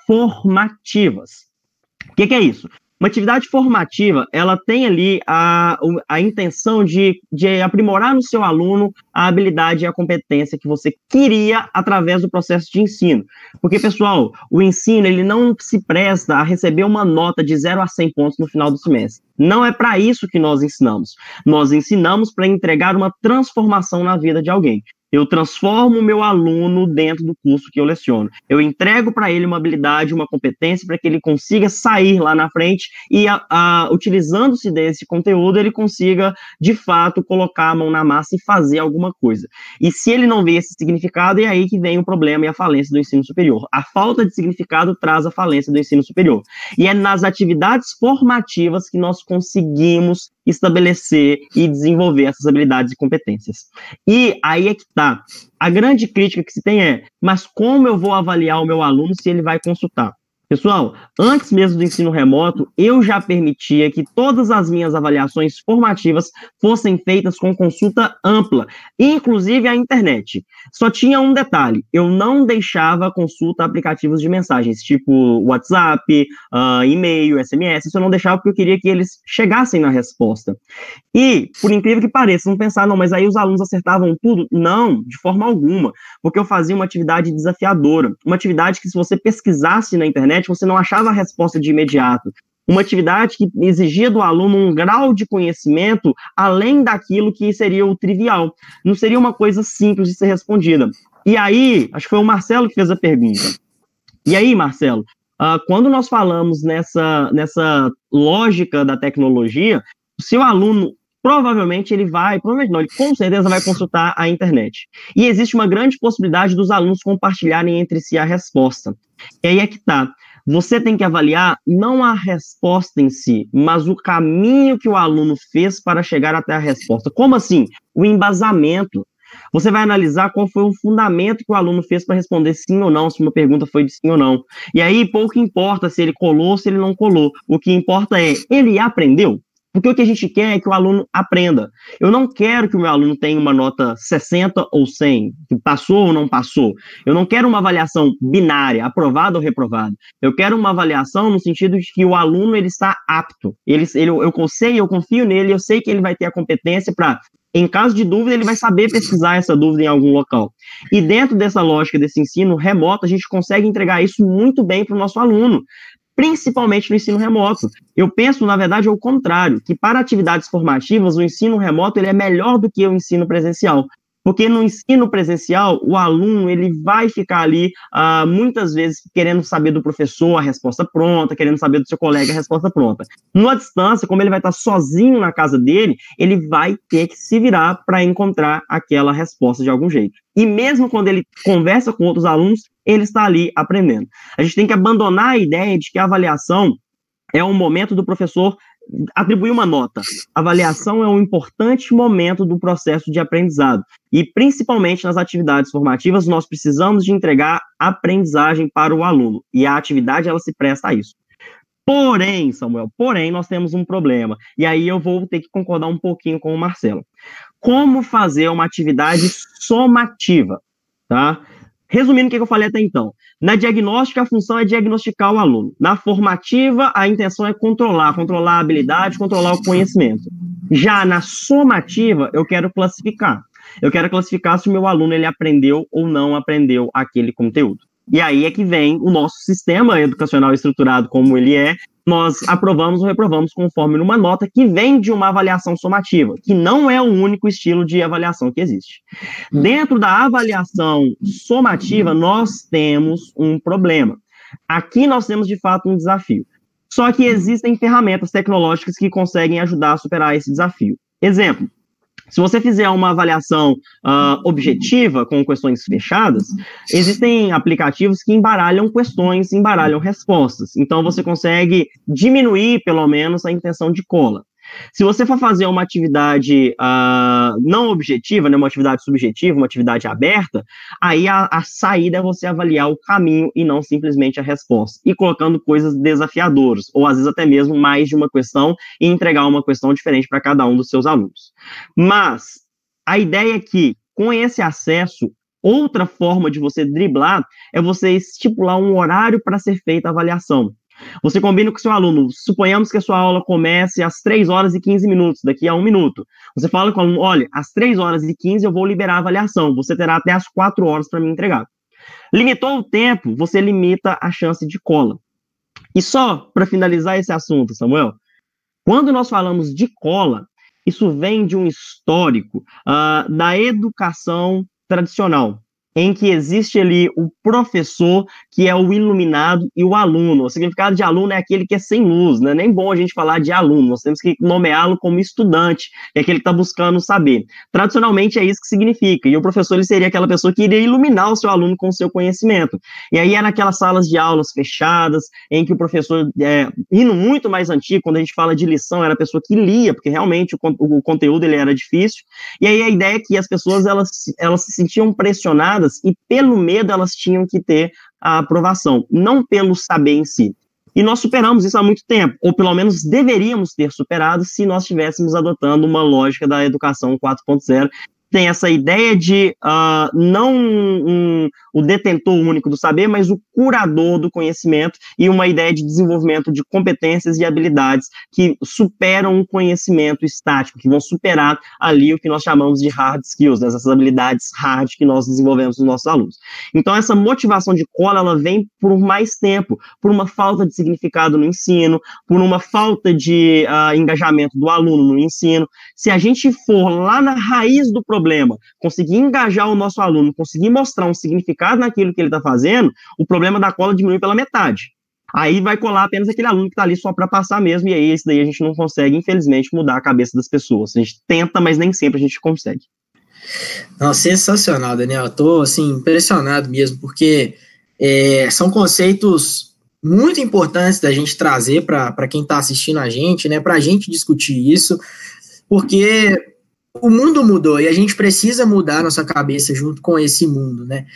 formativas. O que, que é isso? Uma atividade formativa, ela tem ali a, a intenção de, de aprimorar no seu aluno a habilidade e a competência que você queria através do processo de ensino. Porque, pessoal, o ensino ele não se presta a receber uma nota de zero a cem pontos no final do semestre. Não é para isso que nós ensinamos. Nós ensinamos para entregar uma transformação na vida de alguém. Eu transformo o meu aluno dentro do curso que eu leciono. Eu entrego para ele uma habilidade, uma competência para que ele consiga sair lá na frente e, a, a, utilizando-se desse conteúdo, ele consiga, de fato, colocar a mão na massa e fazer alguma coisa. E se ele não vê esse significado, é aí que vem o problema e a falência do ensino superior. A falta de significado traz a falência do ensino superior. E é nas atividades formativas que nós conseguimos estabelecer e desenvolver essas habilidades e competências. E aí é que está. A grande crítica que se tem é, mas como eu vou avaliar o meu aluno se ele vai consultar? Pessoal, antes mesmo do ensino remoto, eu já permitia que todas as minhas avaliações formativas fossem feitas com consulta ampla, inclusive a internet. Só tinha um detalhe, eu não deixava consulta a aplicativos de mensagens, tipo WhatsApp, uh, e-mail, S M S, isso eu não deixava porque eu queria que eles chegassem na resposta. E, por incrível que pareça, não pensar, não, mas aí os alunos acertavam tudo? Não, de forma alguma, porque eu fazia uma atividade desafiadora, uma atividade que se você pesquisasse na internet, você não achava a resposta de imediato. Uma atividade que exigia do aluno um grau de conhecimento além daquilo que seria o trivial. Não seria uma coisa simples de ser respondida. E aí, acho que foi o Marcelo que fez a pergunta. E aí, Marcelo, uh, quando nós falamos nessa, nessa lógica da tecnologia, o seu aluno provavelmente ele vai, provavelmente não, ele com certeza vai consultar a internet. E existe uma grande possibilidade dos alunos compartilharem entre si a resposta. E aí é que tá. Você tem que avaliar não a resposta em si, mas o caminho que o aluno fez para chegar até a resposta. Como assim? O embasamento. Você vai analisar qual foi o fundamento que o aluno fez para responder sim ou não, se uma pergunta foi de sim ou não. E aí pouco importa se ele colou ou se ele não colou. O que importa é, ele aprendeu? Porque o que a gente quer é que o aluno aprenda. Eu não quero que o meu aluno tenha uma nota sessenta ou cem, que passou ou não passou. Eu não quero uma avaliação binária, aprovado ou reprovado. Eu quero uma avaliação no sentido de que o aluno ele está apto. Ele, ele, eu sei, eu confio nele, eu sei que ele vai ter a competência para, em caso de dúvida, ele vai saber pesquisar essa dúvida em algum local. E dentro dessa lógica desse ensino remoto, a gente consegue entregar isso muito bem para o nosso aluno, principalmente no ensino remoto. Eu penso, na verdade, ao contrário, que para atividades formativas, o ensino remoto ele é melhor do que o ensino presencial. Porque no ensino presencial, o aluno ele vai ficar ali, uh, muitas vezes, querendo saber do professor a resposta pronta, querendo saber do seu colega a resposta pronta. Numa distância, como ele vai estar sozinho na casa dele, ele vai ter que se virar para encontrar aquela resposta de algum jeito. E mesmo quando ele conversa com outros alunos, ele está ali aprendendo. A gente tem que abandonar a ideia de que a avaliação é um momento do professor atribuir uma nota. A avaliação é um importante momento do processo de aprendizado. E, principalmente nas atividades formativas, nós precisamos de entregar aprendizagem para o aluno. E a atividade, ela se presta a isso. Porém, Samuel, porém, nós temos um problema. E aí eu vou ter que concordar um pouquinho com o Marcelo. Como fazer uma atividade somativa, tá? Resumindo o que eu falei até então, na diagnóstica a função é diagnosticar o aluno, na formativa a intenção é controlar, controlar a habilidade, controlar o conhecimento. Já na somativa eu quero classificar, eu quero classificar se o meu aluno ele aprendeu ou não aprendeu aquele conteúdo. E aí é que vem o nosso sistema educacional estruturado como ele é, nós aprovamos ou reprovamos conforme uma nota que vem de uma avaliação somativa, que não é o único estilo de avaliação que existe. Dentro da avaliação somativa, nós temos um problema. Aqui nós temos, de fato, um desafio. Só que existem ferramentas tecnológicas que conseguem ajudar a superar esse desafio. Exemplo. Se você fizer uma avaliação uh, objetiva, com questões fechadas, existem aplicativos que embaralham questões, embaralham respostas. Então, você consegue diminuir, pelo menos, a intenção de cola. Se você for fazer uma atividade uh, não objetiva, né, uma atividade subjetiva, uma atividade aberta, aí a, a saída é você avaliar o caminho e não simplesmente a resposta. E colocando coisas desafiadoras, ou às vezes até mesmo mais de uma questão, e entregar uma questão diferente para cada um dos seus alunos. Mas a ideia é que, com esse acesso, outra forma de você driblar é você estipular um horário para ser feita a avaliação. Você combina com o seu aluno, suponhamos que a sua aula comece às três horas e quinze minutos, daqui a um minuto. Você fala com o aluno, olha, às três horas e quinze eu vou liberar a avaliação, você terá até as quatro horas para me entregar. Limitou o tempo, você limita a chance de cola. E só para finalizar esse assunto, Samuel, quando nós falamos de cola, isso vem de um histórico uh, da educação tradicional, em que existe ali o professor, que é o iluminado, e o aluno. O significado de aluno é aquele que é sem luz, não é nem bom a gente falar de aluno, nós temos que nomeá-lo como estudante, é aquele que está buscando saber. Tradicionalmente é isso que significa, e o professor ele seria aquela pessoa que iria iluminar o seu aluno com o seu conhecimento. E aí é naquelas salas de aulas fechadas, em que o professor, é, indo muito mais antigo, quando a gente fala de lição, era a pessoa que lia, porque realmente o, o conteúdo ele era difícil, e aí a ideia é que as pessoas elas, elas se sentiam pressionadas e pelo medo elas tinham que ter a aprovação, não pelo saber em si. E nós superamos isso há muito tempo, ou pelo menos deveríamos ter superado se nós estivéssemos adotando uma lógica da educação quatro ponto zero. Tem essa ideia de uh, não um, o detentor único do saber, mas o curador do conhecimento, e uma ideia de desenvolvimento de competências e habilidades que superam o conhecimento estático, que vão superar ali o que nós chamamos de hard skills, né, essas habilidades hard que nós desenvolvemos nos nossos alunos. Então essa motivação de cola, ela vem por mais tempo, por uma falta de significado no ensino, por uma falta de uh, engajamento do aluno no ensino. Se a gente for lá na raiz do problema, problema, conseguir engajar o nosso aluno, conseguir mostrar um significado naquilo que ele está fazendo, o problema da cola diminui pela metade. Aí vai colar apenas aquele aluno que está ali só para passar mesmo, e aí esse daí a gente não consegue, infelizmente, mudar a cabeça das pessoas. A gente tenta, mas nem sempre a gente consegue. Não, sensacional, Daniel. Eu tô, assim, impressionado mesmo, porque é, são conceitos muito importantes da gente trazer para quem está assistindo a gente, né, para a gente discutir isso, porque o mundo mudou e a gente precisa mudar a nossa cabeça junto com esse mundo, né?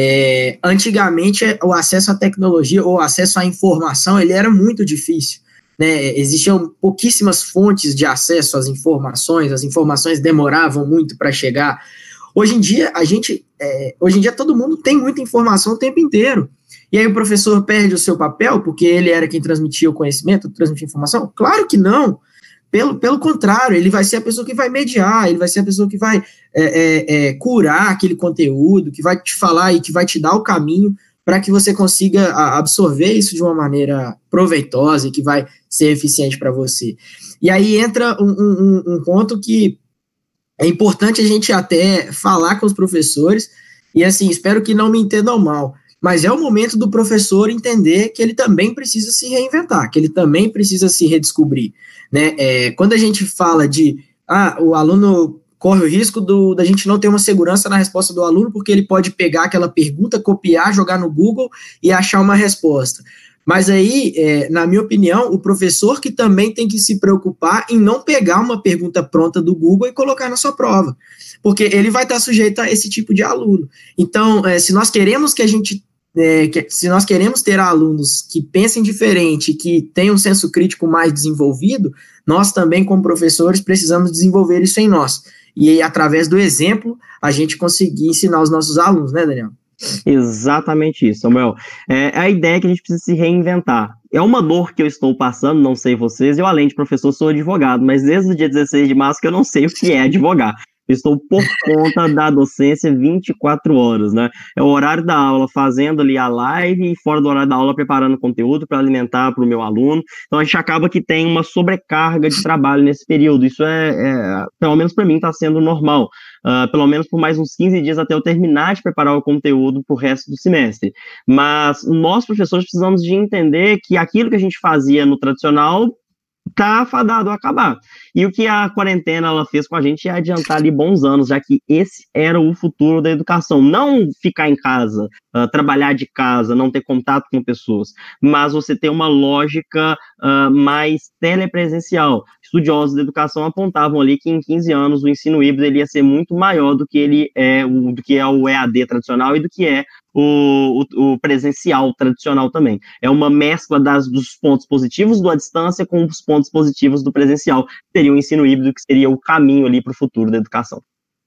É, antigamente, o acesso à tecnologia ou acesso à informação, ele era muito difícil, né? Existiam pouquíssimas fontes de acesso às informações, as informações demoravam muito para chegar. Hoje em dia, a gente, é, hoje em dia todo mundo tem muita informação o tempo inteiro. E aí o professor perde o seu papel porque ele era quem transmitia o conhecimento, transmitia informação? Claro que não. Pelo, pelo contrário, ele vai ser a pessoa que vai mediar, ele vai ser a pessoa que vai é, é, é, curar aquele conteúdo, que vai te falar e que vai te dar o caminho para que você consiga absorver isso de uma maneira proveitosa e que vai ser eficiente para você. E aí entra um, um, um ponto que é importante a gente até falar com os professores, e assim, espero que não me entendam mal, mas é o momento do professor entender que ele também precisa se reinventar, que ele também precisa se redescobrir, né? É, quando a gente fala de, ah, o aluno corre o risco do, da gente não ter uma segurança na resposta do aluno, porque ele pode pegar aquela pergunta, copiar, jogar no Google e achar uma resposta. Mas aí, é, na minha opinião, o professor que também tem que se preocupar em não pegar uma pergunta pronta do Google e colocar na sua prova, porque ele vai estar sujeito a esse tipo de aluno. Então, é, se nós queremos que a gente É, que, se nós queremos ter alunos que pensem diferente, que tenham um senso crítico mais desenvolvido, nós também, como professores, precisamos desenvolver isso em nós. E aí, através do exemplo, a gente conseguir ensinar os nossos alunos, né, Daniel? Exatamente isso, Samuel. É a ideia que a gente precisa se reinventar. É uma dor que eu estou passando, não sei vocês, eu, além de professor, sou advogado, mas desde o dia dezesseis de março que eu não sei o que é advogar. Estou por conta da docência vinte e quatro horas, né? É o horário da aula, fazendo ali a live, e fora do horário da aula, preparando conteúdo para alimentar para o meu aluno. Então, a gente acaba que tem uma sobrecarga de trabalho nesse período. Isso é, é pelo menos para mim, está sendo normal. Uh, pelo menos por mais uns quinze dias até eu terminar de preparar o conteúdo para o resto do semestre. Mas nós, professores, precisamos de entender que aquilo que a gente fazia no tradicional está fadado a acabar. E o que a quarentena ela fez com a gente é adiantar ali bons anos, já que esse era o futuro da educação. Não ficar em casa, uh, trabalhar de casa, não ter contato com pessoas, mas você ter uma lógica uh, mais telepresencial. Estudiosos da educação apontavam ali que em quinze anos o ensino híbrido ele ia ser muito maior do que ele é, o, do que é o E A D tradicional e do que é O, o, o presencial tradicional também. É uma mescla das, dos pontos positivos do à distância com os pontos positivos do presencial. Seria o ensino híbrido, que seria o caminho ali para o futuro da educação.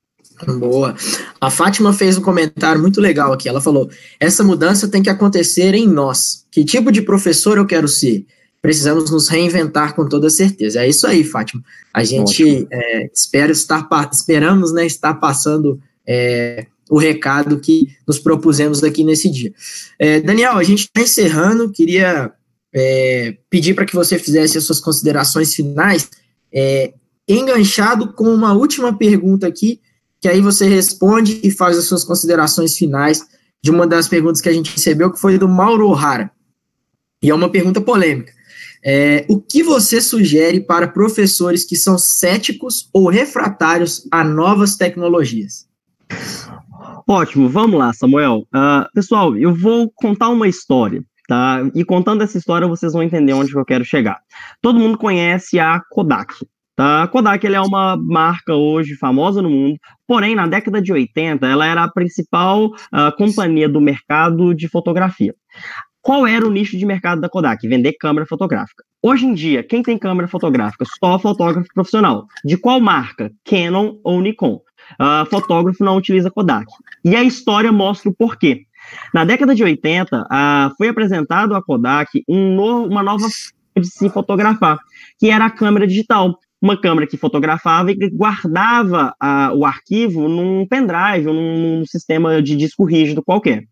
Boa. A Fátima fez um comentário muito legal aqui. Ela falou, essa mudança tem que acontecer em nós. Que tipo de professor eu quero ser? Precisamos nos reinventar com toda certeza. É isso aí, Fátima. A gente é, espera estar, esperamos né, estar passando... É, o recado que nos propusemos aqui nesse dia. É, Daniel, a gente está encerrando, queria é, pedir para que você fizesse as suas considerações finais, é, enganchado com uma última pergunta aqui, que aí você responde e faz as suas considerações finais de uma das perguntas que a gente recebeu, que foi do Mauro O'Hara. E é uma pergunta polêmica. É, o que você sugere para professores que são céticos ou refratários a novas tecnologias? Ótimo, vamos lá, Samuel. Uh, pessoal, eu vou contar uma história, tá? E contando essa história, vocês vão entender onde que eu quero chegar. Todo mundo conhece a Kodak, tá? A Kodak ela é uma marca hoje famosa no mundo, porém, na década de oitenta, ela era a principal uh, companhia do mercado de fotografia. Qual era o nicho de mercado da Kodak? Vender câmera fotográfica. Hoje em dia, quem tem câmera fotográfica? Só fotógrafo profissional. De qual marca? Canon ou Nikon. Uh, fotógrafo não utiliza Kodak. E a história mostra o porquê. Na década de oitenta, uh, foi apresentado à Kodak um no, uma nova forma de se fotografar, que era a câmera digital. Uma câmera que fotografava e guardava uh, o arquivo num pendrive, num, num sistema de disco rígido qualquer.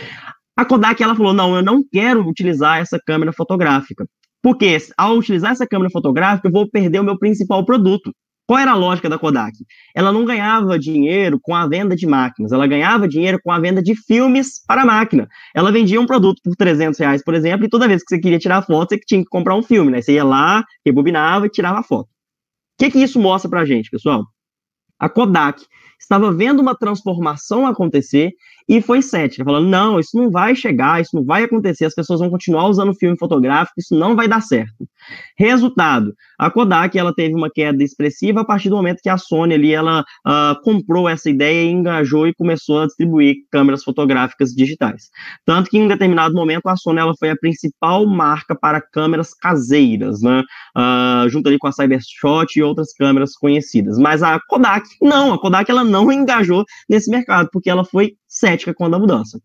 A Kodak ela falou, não, eu não quero utilizar essa câmera fotográfica, porque ao utilizar essa câmera fotográfica eu vou perder o meu principal produto. Qual era a lógica da Kodak? Ela não ganhava dinheiro com a venda de máquinas, ela ganhava dinheiro com a venda de filmes para a máquina. Ela vendia um produto por trezentos reais, por exemplo, e toda vez que você queria tirar foto, você tinha que comprar um filme, né? Você ia lá, rebobinava e tirava a foto. O que que isso mostra pra gente, pessoal? A Kodak estava vendo uma transformação acontecer e foi cética, falando, não, isso não vai chegar, isso não vai acontecer, as pessoas vão continuar usando filme fotográfico, isso não vai dar certo. Resultado, a Kodak ela teve uma queda expressiva a partir do momento que a Sony ali, ela uh, comprou essa ideia e engajou e começou a distribuir câmeras fotográficas digitais. Tanto que em determinado momento a Sony ela foi a principal marca para câmeras caseiras, né? Uh, junto ali com a Cybershot e outras câmeras conhecidas. Mas a Kodak, não, a Kodak ela não engajou nesse mercado, porque ela foi cética quanto à mudança.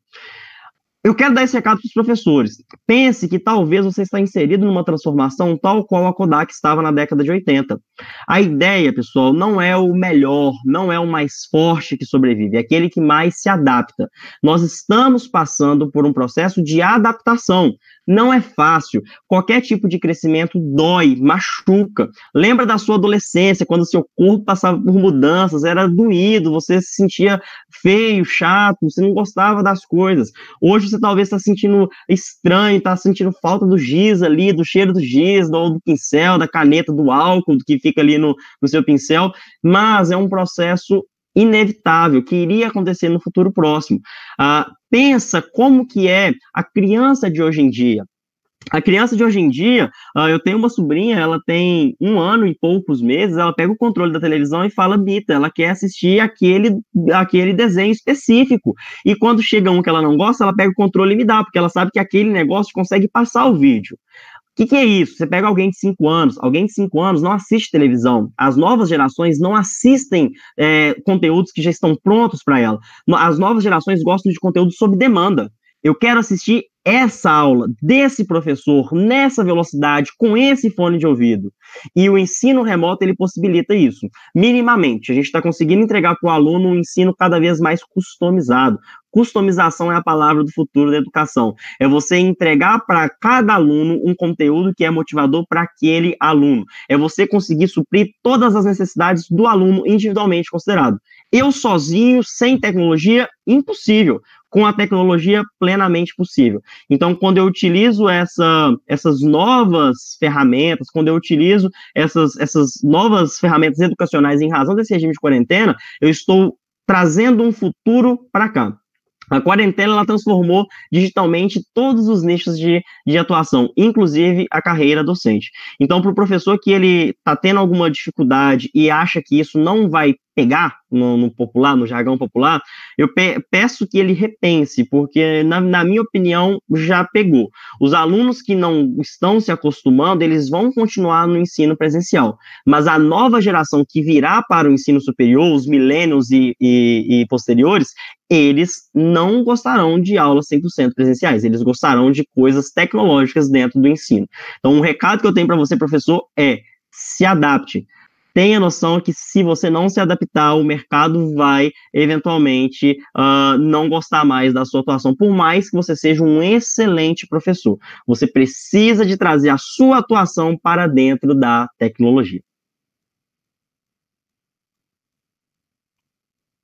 Eu quero dar esse recado para os professores. Pense que talvez você está inserido numa transformação tal qual a Kodak estava na década de oitenta. A ideia, pessoal, não é o melhor, não é o mais forte que sobrevive, é aquele que mais se adapta. Nós estamos passando por um processo de adaptação. Não é fácil. Qualquer tipo de crescimento dói, machuca. Lembra da sua adolescência, quando seu corpo passava por mudanças, era doído, você se sentia feio, chato, você não gostava das coisas. Hoje você talvez está sentindo estranho, está sentindo falta do giz ali, do cheiro do giz, do, do pincel, da caneta, do álcool que fica ali no, no seu pincel, mas é um processo inevitável, que iria acontecer no futuro próximo. Ah, pensa como que é a criança de hoje em dia. A criança de hoje em dia, uh, eu tenho uma sobrinha, ela tem um ano e poucos meses, ela pega o controle da televisão e fala Bita, ela quer assistir aquele, aquele desenho específico. E quando chega um que ela não gosta, ela pega o controle e me dá, porque ela sabe que aquele negócio consegue passar o vídeo. O que, que é isso? Você pega alguém de cinco anos, alguém de cinco anos não assiste televisão. As novas gerações não assistem é, conteúdos que já estão prontos para ela. As novas gerações gostam de conteúdo sob demanda. Eu quero assistir essa aula desse professor, nessa velocidade, com esse fone de ouvido. E o ensino remoto, ele possibilita isso. Minimamente, a gente está conseguindo entregar para o aluno um ensino cada vez mais customizado. Customização é a palavra do futuro da educação. É você entregar para cada aluno um conteúdo que é motivador para aquele aluno. É você conseguir suprir todas as necessidades do aluno individualmente considerado. Eu sozinho, sem tecnologia, impossível. Com a tecnologia, plenamente possível. Então, quando eu utilizo essa, essas novas ferramentas, quando eu utilizo essas, essas novas ferramentas educacionais em razão desse regime de quarentena, eu estou trazendo um futuro para cá. A quarentena, ela transformou digitalmente todos os nichos de, de atuação, inclusive a carreira docente. Então, para o professor que ele está tendo alguma dificuldade e acha que isso não vai pegar no, no popular, no jargão popular, eu pe peço que ele repense, porque, na, na minha opinião, já pegou. Os alunos que não estão se acostumando, eles vão continuar no ensino presencial, mas a nova geração que virá para o ensino superior, os millennials e, e, e posteriores, eles não gostarão de aulas cem por cento presenciais, eles gostarão de coisas tecnológicas dentro do ensino. Então, um recado que eu tenho para você, professor, é se adapte. Tenha noção que se você não se adaptar, o mercado vai, eventualmente, uh, não gostar mais da sua atuação, por mais que você seja um excelente professor. Você precisa de trazer a sua atuação para dentro da tecnologia.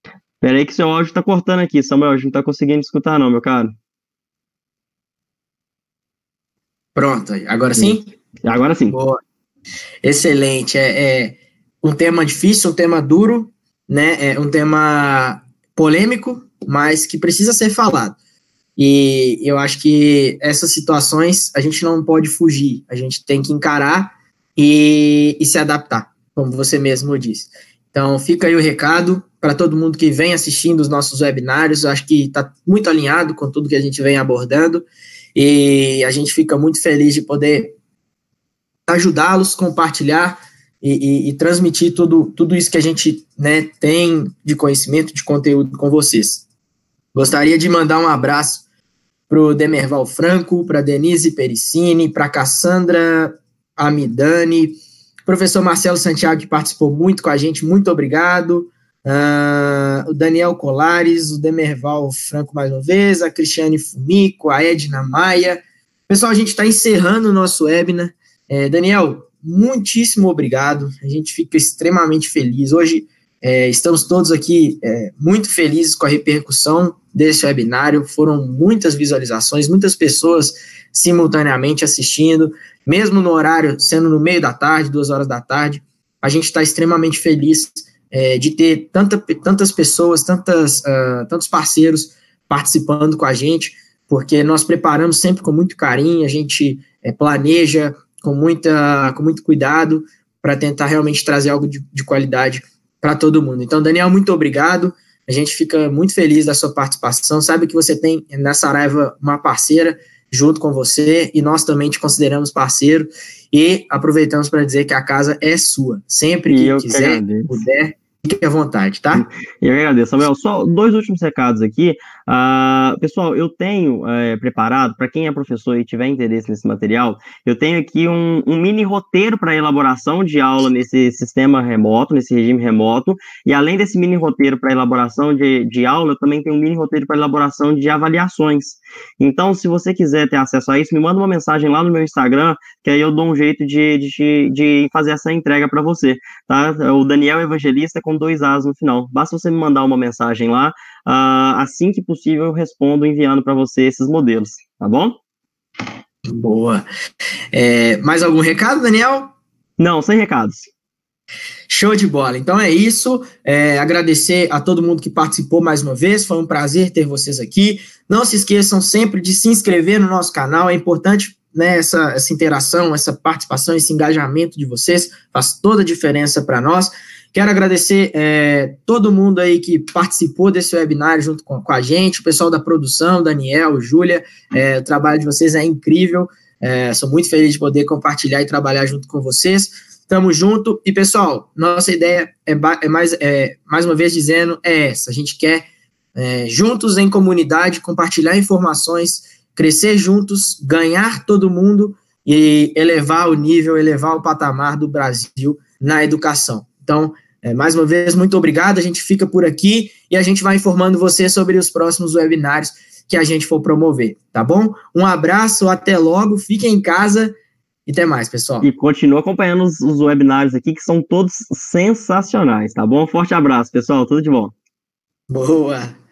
Pera aí que seu áudio tá cortando aqui, Samuel, a gente não tá conseguindo escutar não, meu caro. Pronto, agora sim? Agora sim. Boa. Excelente. É, é um tema difícil, um tema duro, né? É um tema polêmico, mas que precisa ser falado. E eu acho que essas situações a gente não pode fugir, a gente tem que encarar e, e se adaptar, como você mesmo disse. Então, fica aí o recado para todo mundo que vem assistindo os nossos webinários. Eu acho que está muito alinhado com tudo que a gente vem abordando e a gente fica muito feliz de poder ajudá-los, compartilhar e, e, e transmitir tudo, tudo isso que a gente, né, tem de conhecimento, de conteúdo com vocês. Gostaria de mandar um abraço para o Demerval Franco, para Denise Pericini, para Cassandra Amidani, professor Marcelo Santiago, que participou muito com a gente, muito obrigado. Uh, o Daniel Colares, o Demerval Franco mais uma vez, a Cristiane Fumico, a Edna Maia. Pessoal, a gente está encerrando o nosso webinar. É, Daniel, muitíssimo obrigado. A gente fica extremamente feliz. Hoje é, estamos todos aqui é, muito felizes com a repercussão desse webinário. Foram muitas visualizações, muitas pessoas simultaneamente assistindo, mesmo no horário sendo no meio da tarde, duas horas da tarde. A gente está extremamente feliz é, de ter tanta, tantas pessoas, tantas, uh, tantos parceiros participando com a gente, porque nós preparamos sempre com muito carinho, a gente é, planeja com, muita, com muito cuidado para tentar realmente trazer algo de, de qualidade para todo mundo. Então, Daniel, muito obrigado. A gente fica muito feliz da sua participação. Sabe que você tem na Saraiva uma parceira junto com você e nós também te consideramos parceiro e aproveitamos para dizer que a casa é sua. Sempre que quiser, que puder, fique à vontade, tá? Eu agradeço, Samuel. Só dois últimos recados aqui. Uh, pessoal, eu tenho uh, preparado, para quem é professor e tiver interesse nesse material, eu tenho aqui um, um mini roteiro para elaboração de aula nesse sistema remoto, nesse regime remoto, e além desse mini roteiro para elaboração de, de aula, eu também tenho um mini roteiro para elaboração de avaliações. Então, se você quiser ter acesso a isso, me manda uma mensagem lá no meu Instagram, que aí eu dou um jeito de, de, de fazer essa entrega para você, tá? O Daniel Evangelista com dois As no final. Basta você me mandar uma mensagem lá, uh, assim que possível eu respondo enviando para você esses modelos, tá bom? Boa. É, mais algum recado, Daniel? Não, sem recados. Show de bola. Então é isso. É, agradecer a todo mundo que participou mais uma vez. Foi um prazer ter vocês aqui. Não se esqueçam sempre de se inscrever no nosso canal. É importante, né, essa, essa interação, essa participação, esse engajamento de vocês. Faz toda a diferença para nós. Quero agradecer é, todo mundo aí que participou desse webinar junto com, com a gente, o pessoal da produção, Daniel, Júlia, é, o trabalho de vocês é incrível, é, sou muito feliz de poder compartilhar e trabalhar junto com vocês, tamo junto, e pessoal, nossa ideia é, é, mais, é mais uma vez dizendo, é essa, a gente quer é, juntos em comunidade, compartilhar informações, crescer juntos, ganhar todo mundo e elevar o nível, elevar o patamar do Brasil na educação. Então, É, mais uma vez, muito obrigado, a gente fica por aqui e a gente vai informando você sobre os próximos webinários que a gente for promover, tá bom? Um abraço, até logo, fiquem em casa e até mais, pessoal. E continua acompanhando os, os webinários aqui, que são todos sensacionais, tá bom? Forte abraço, pessoal, tudo de bom. Boa!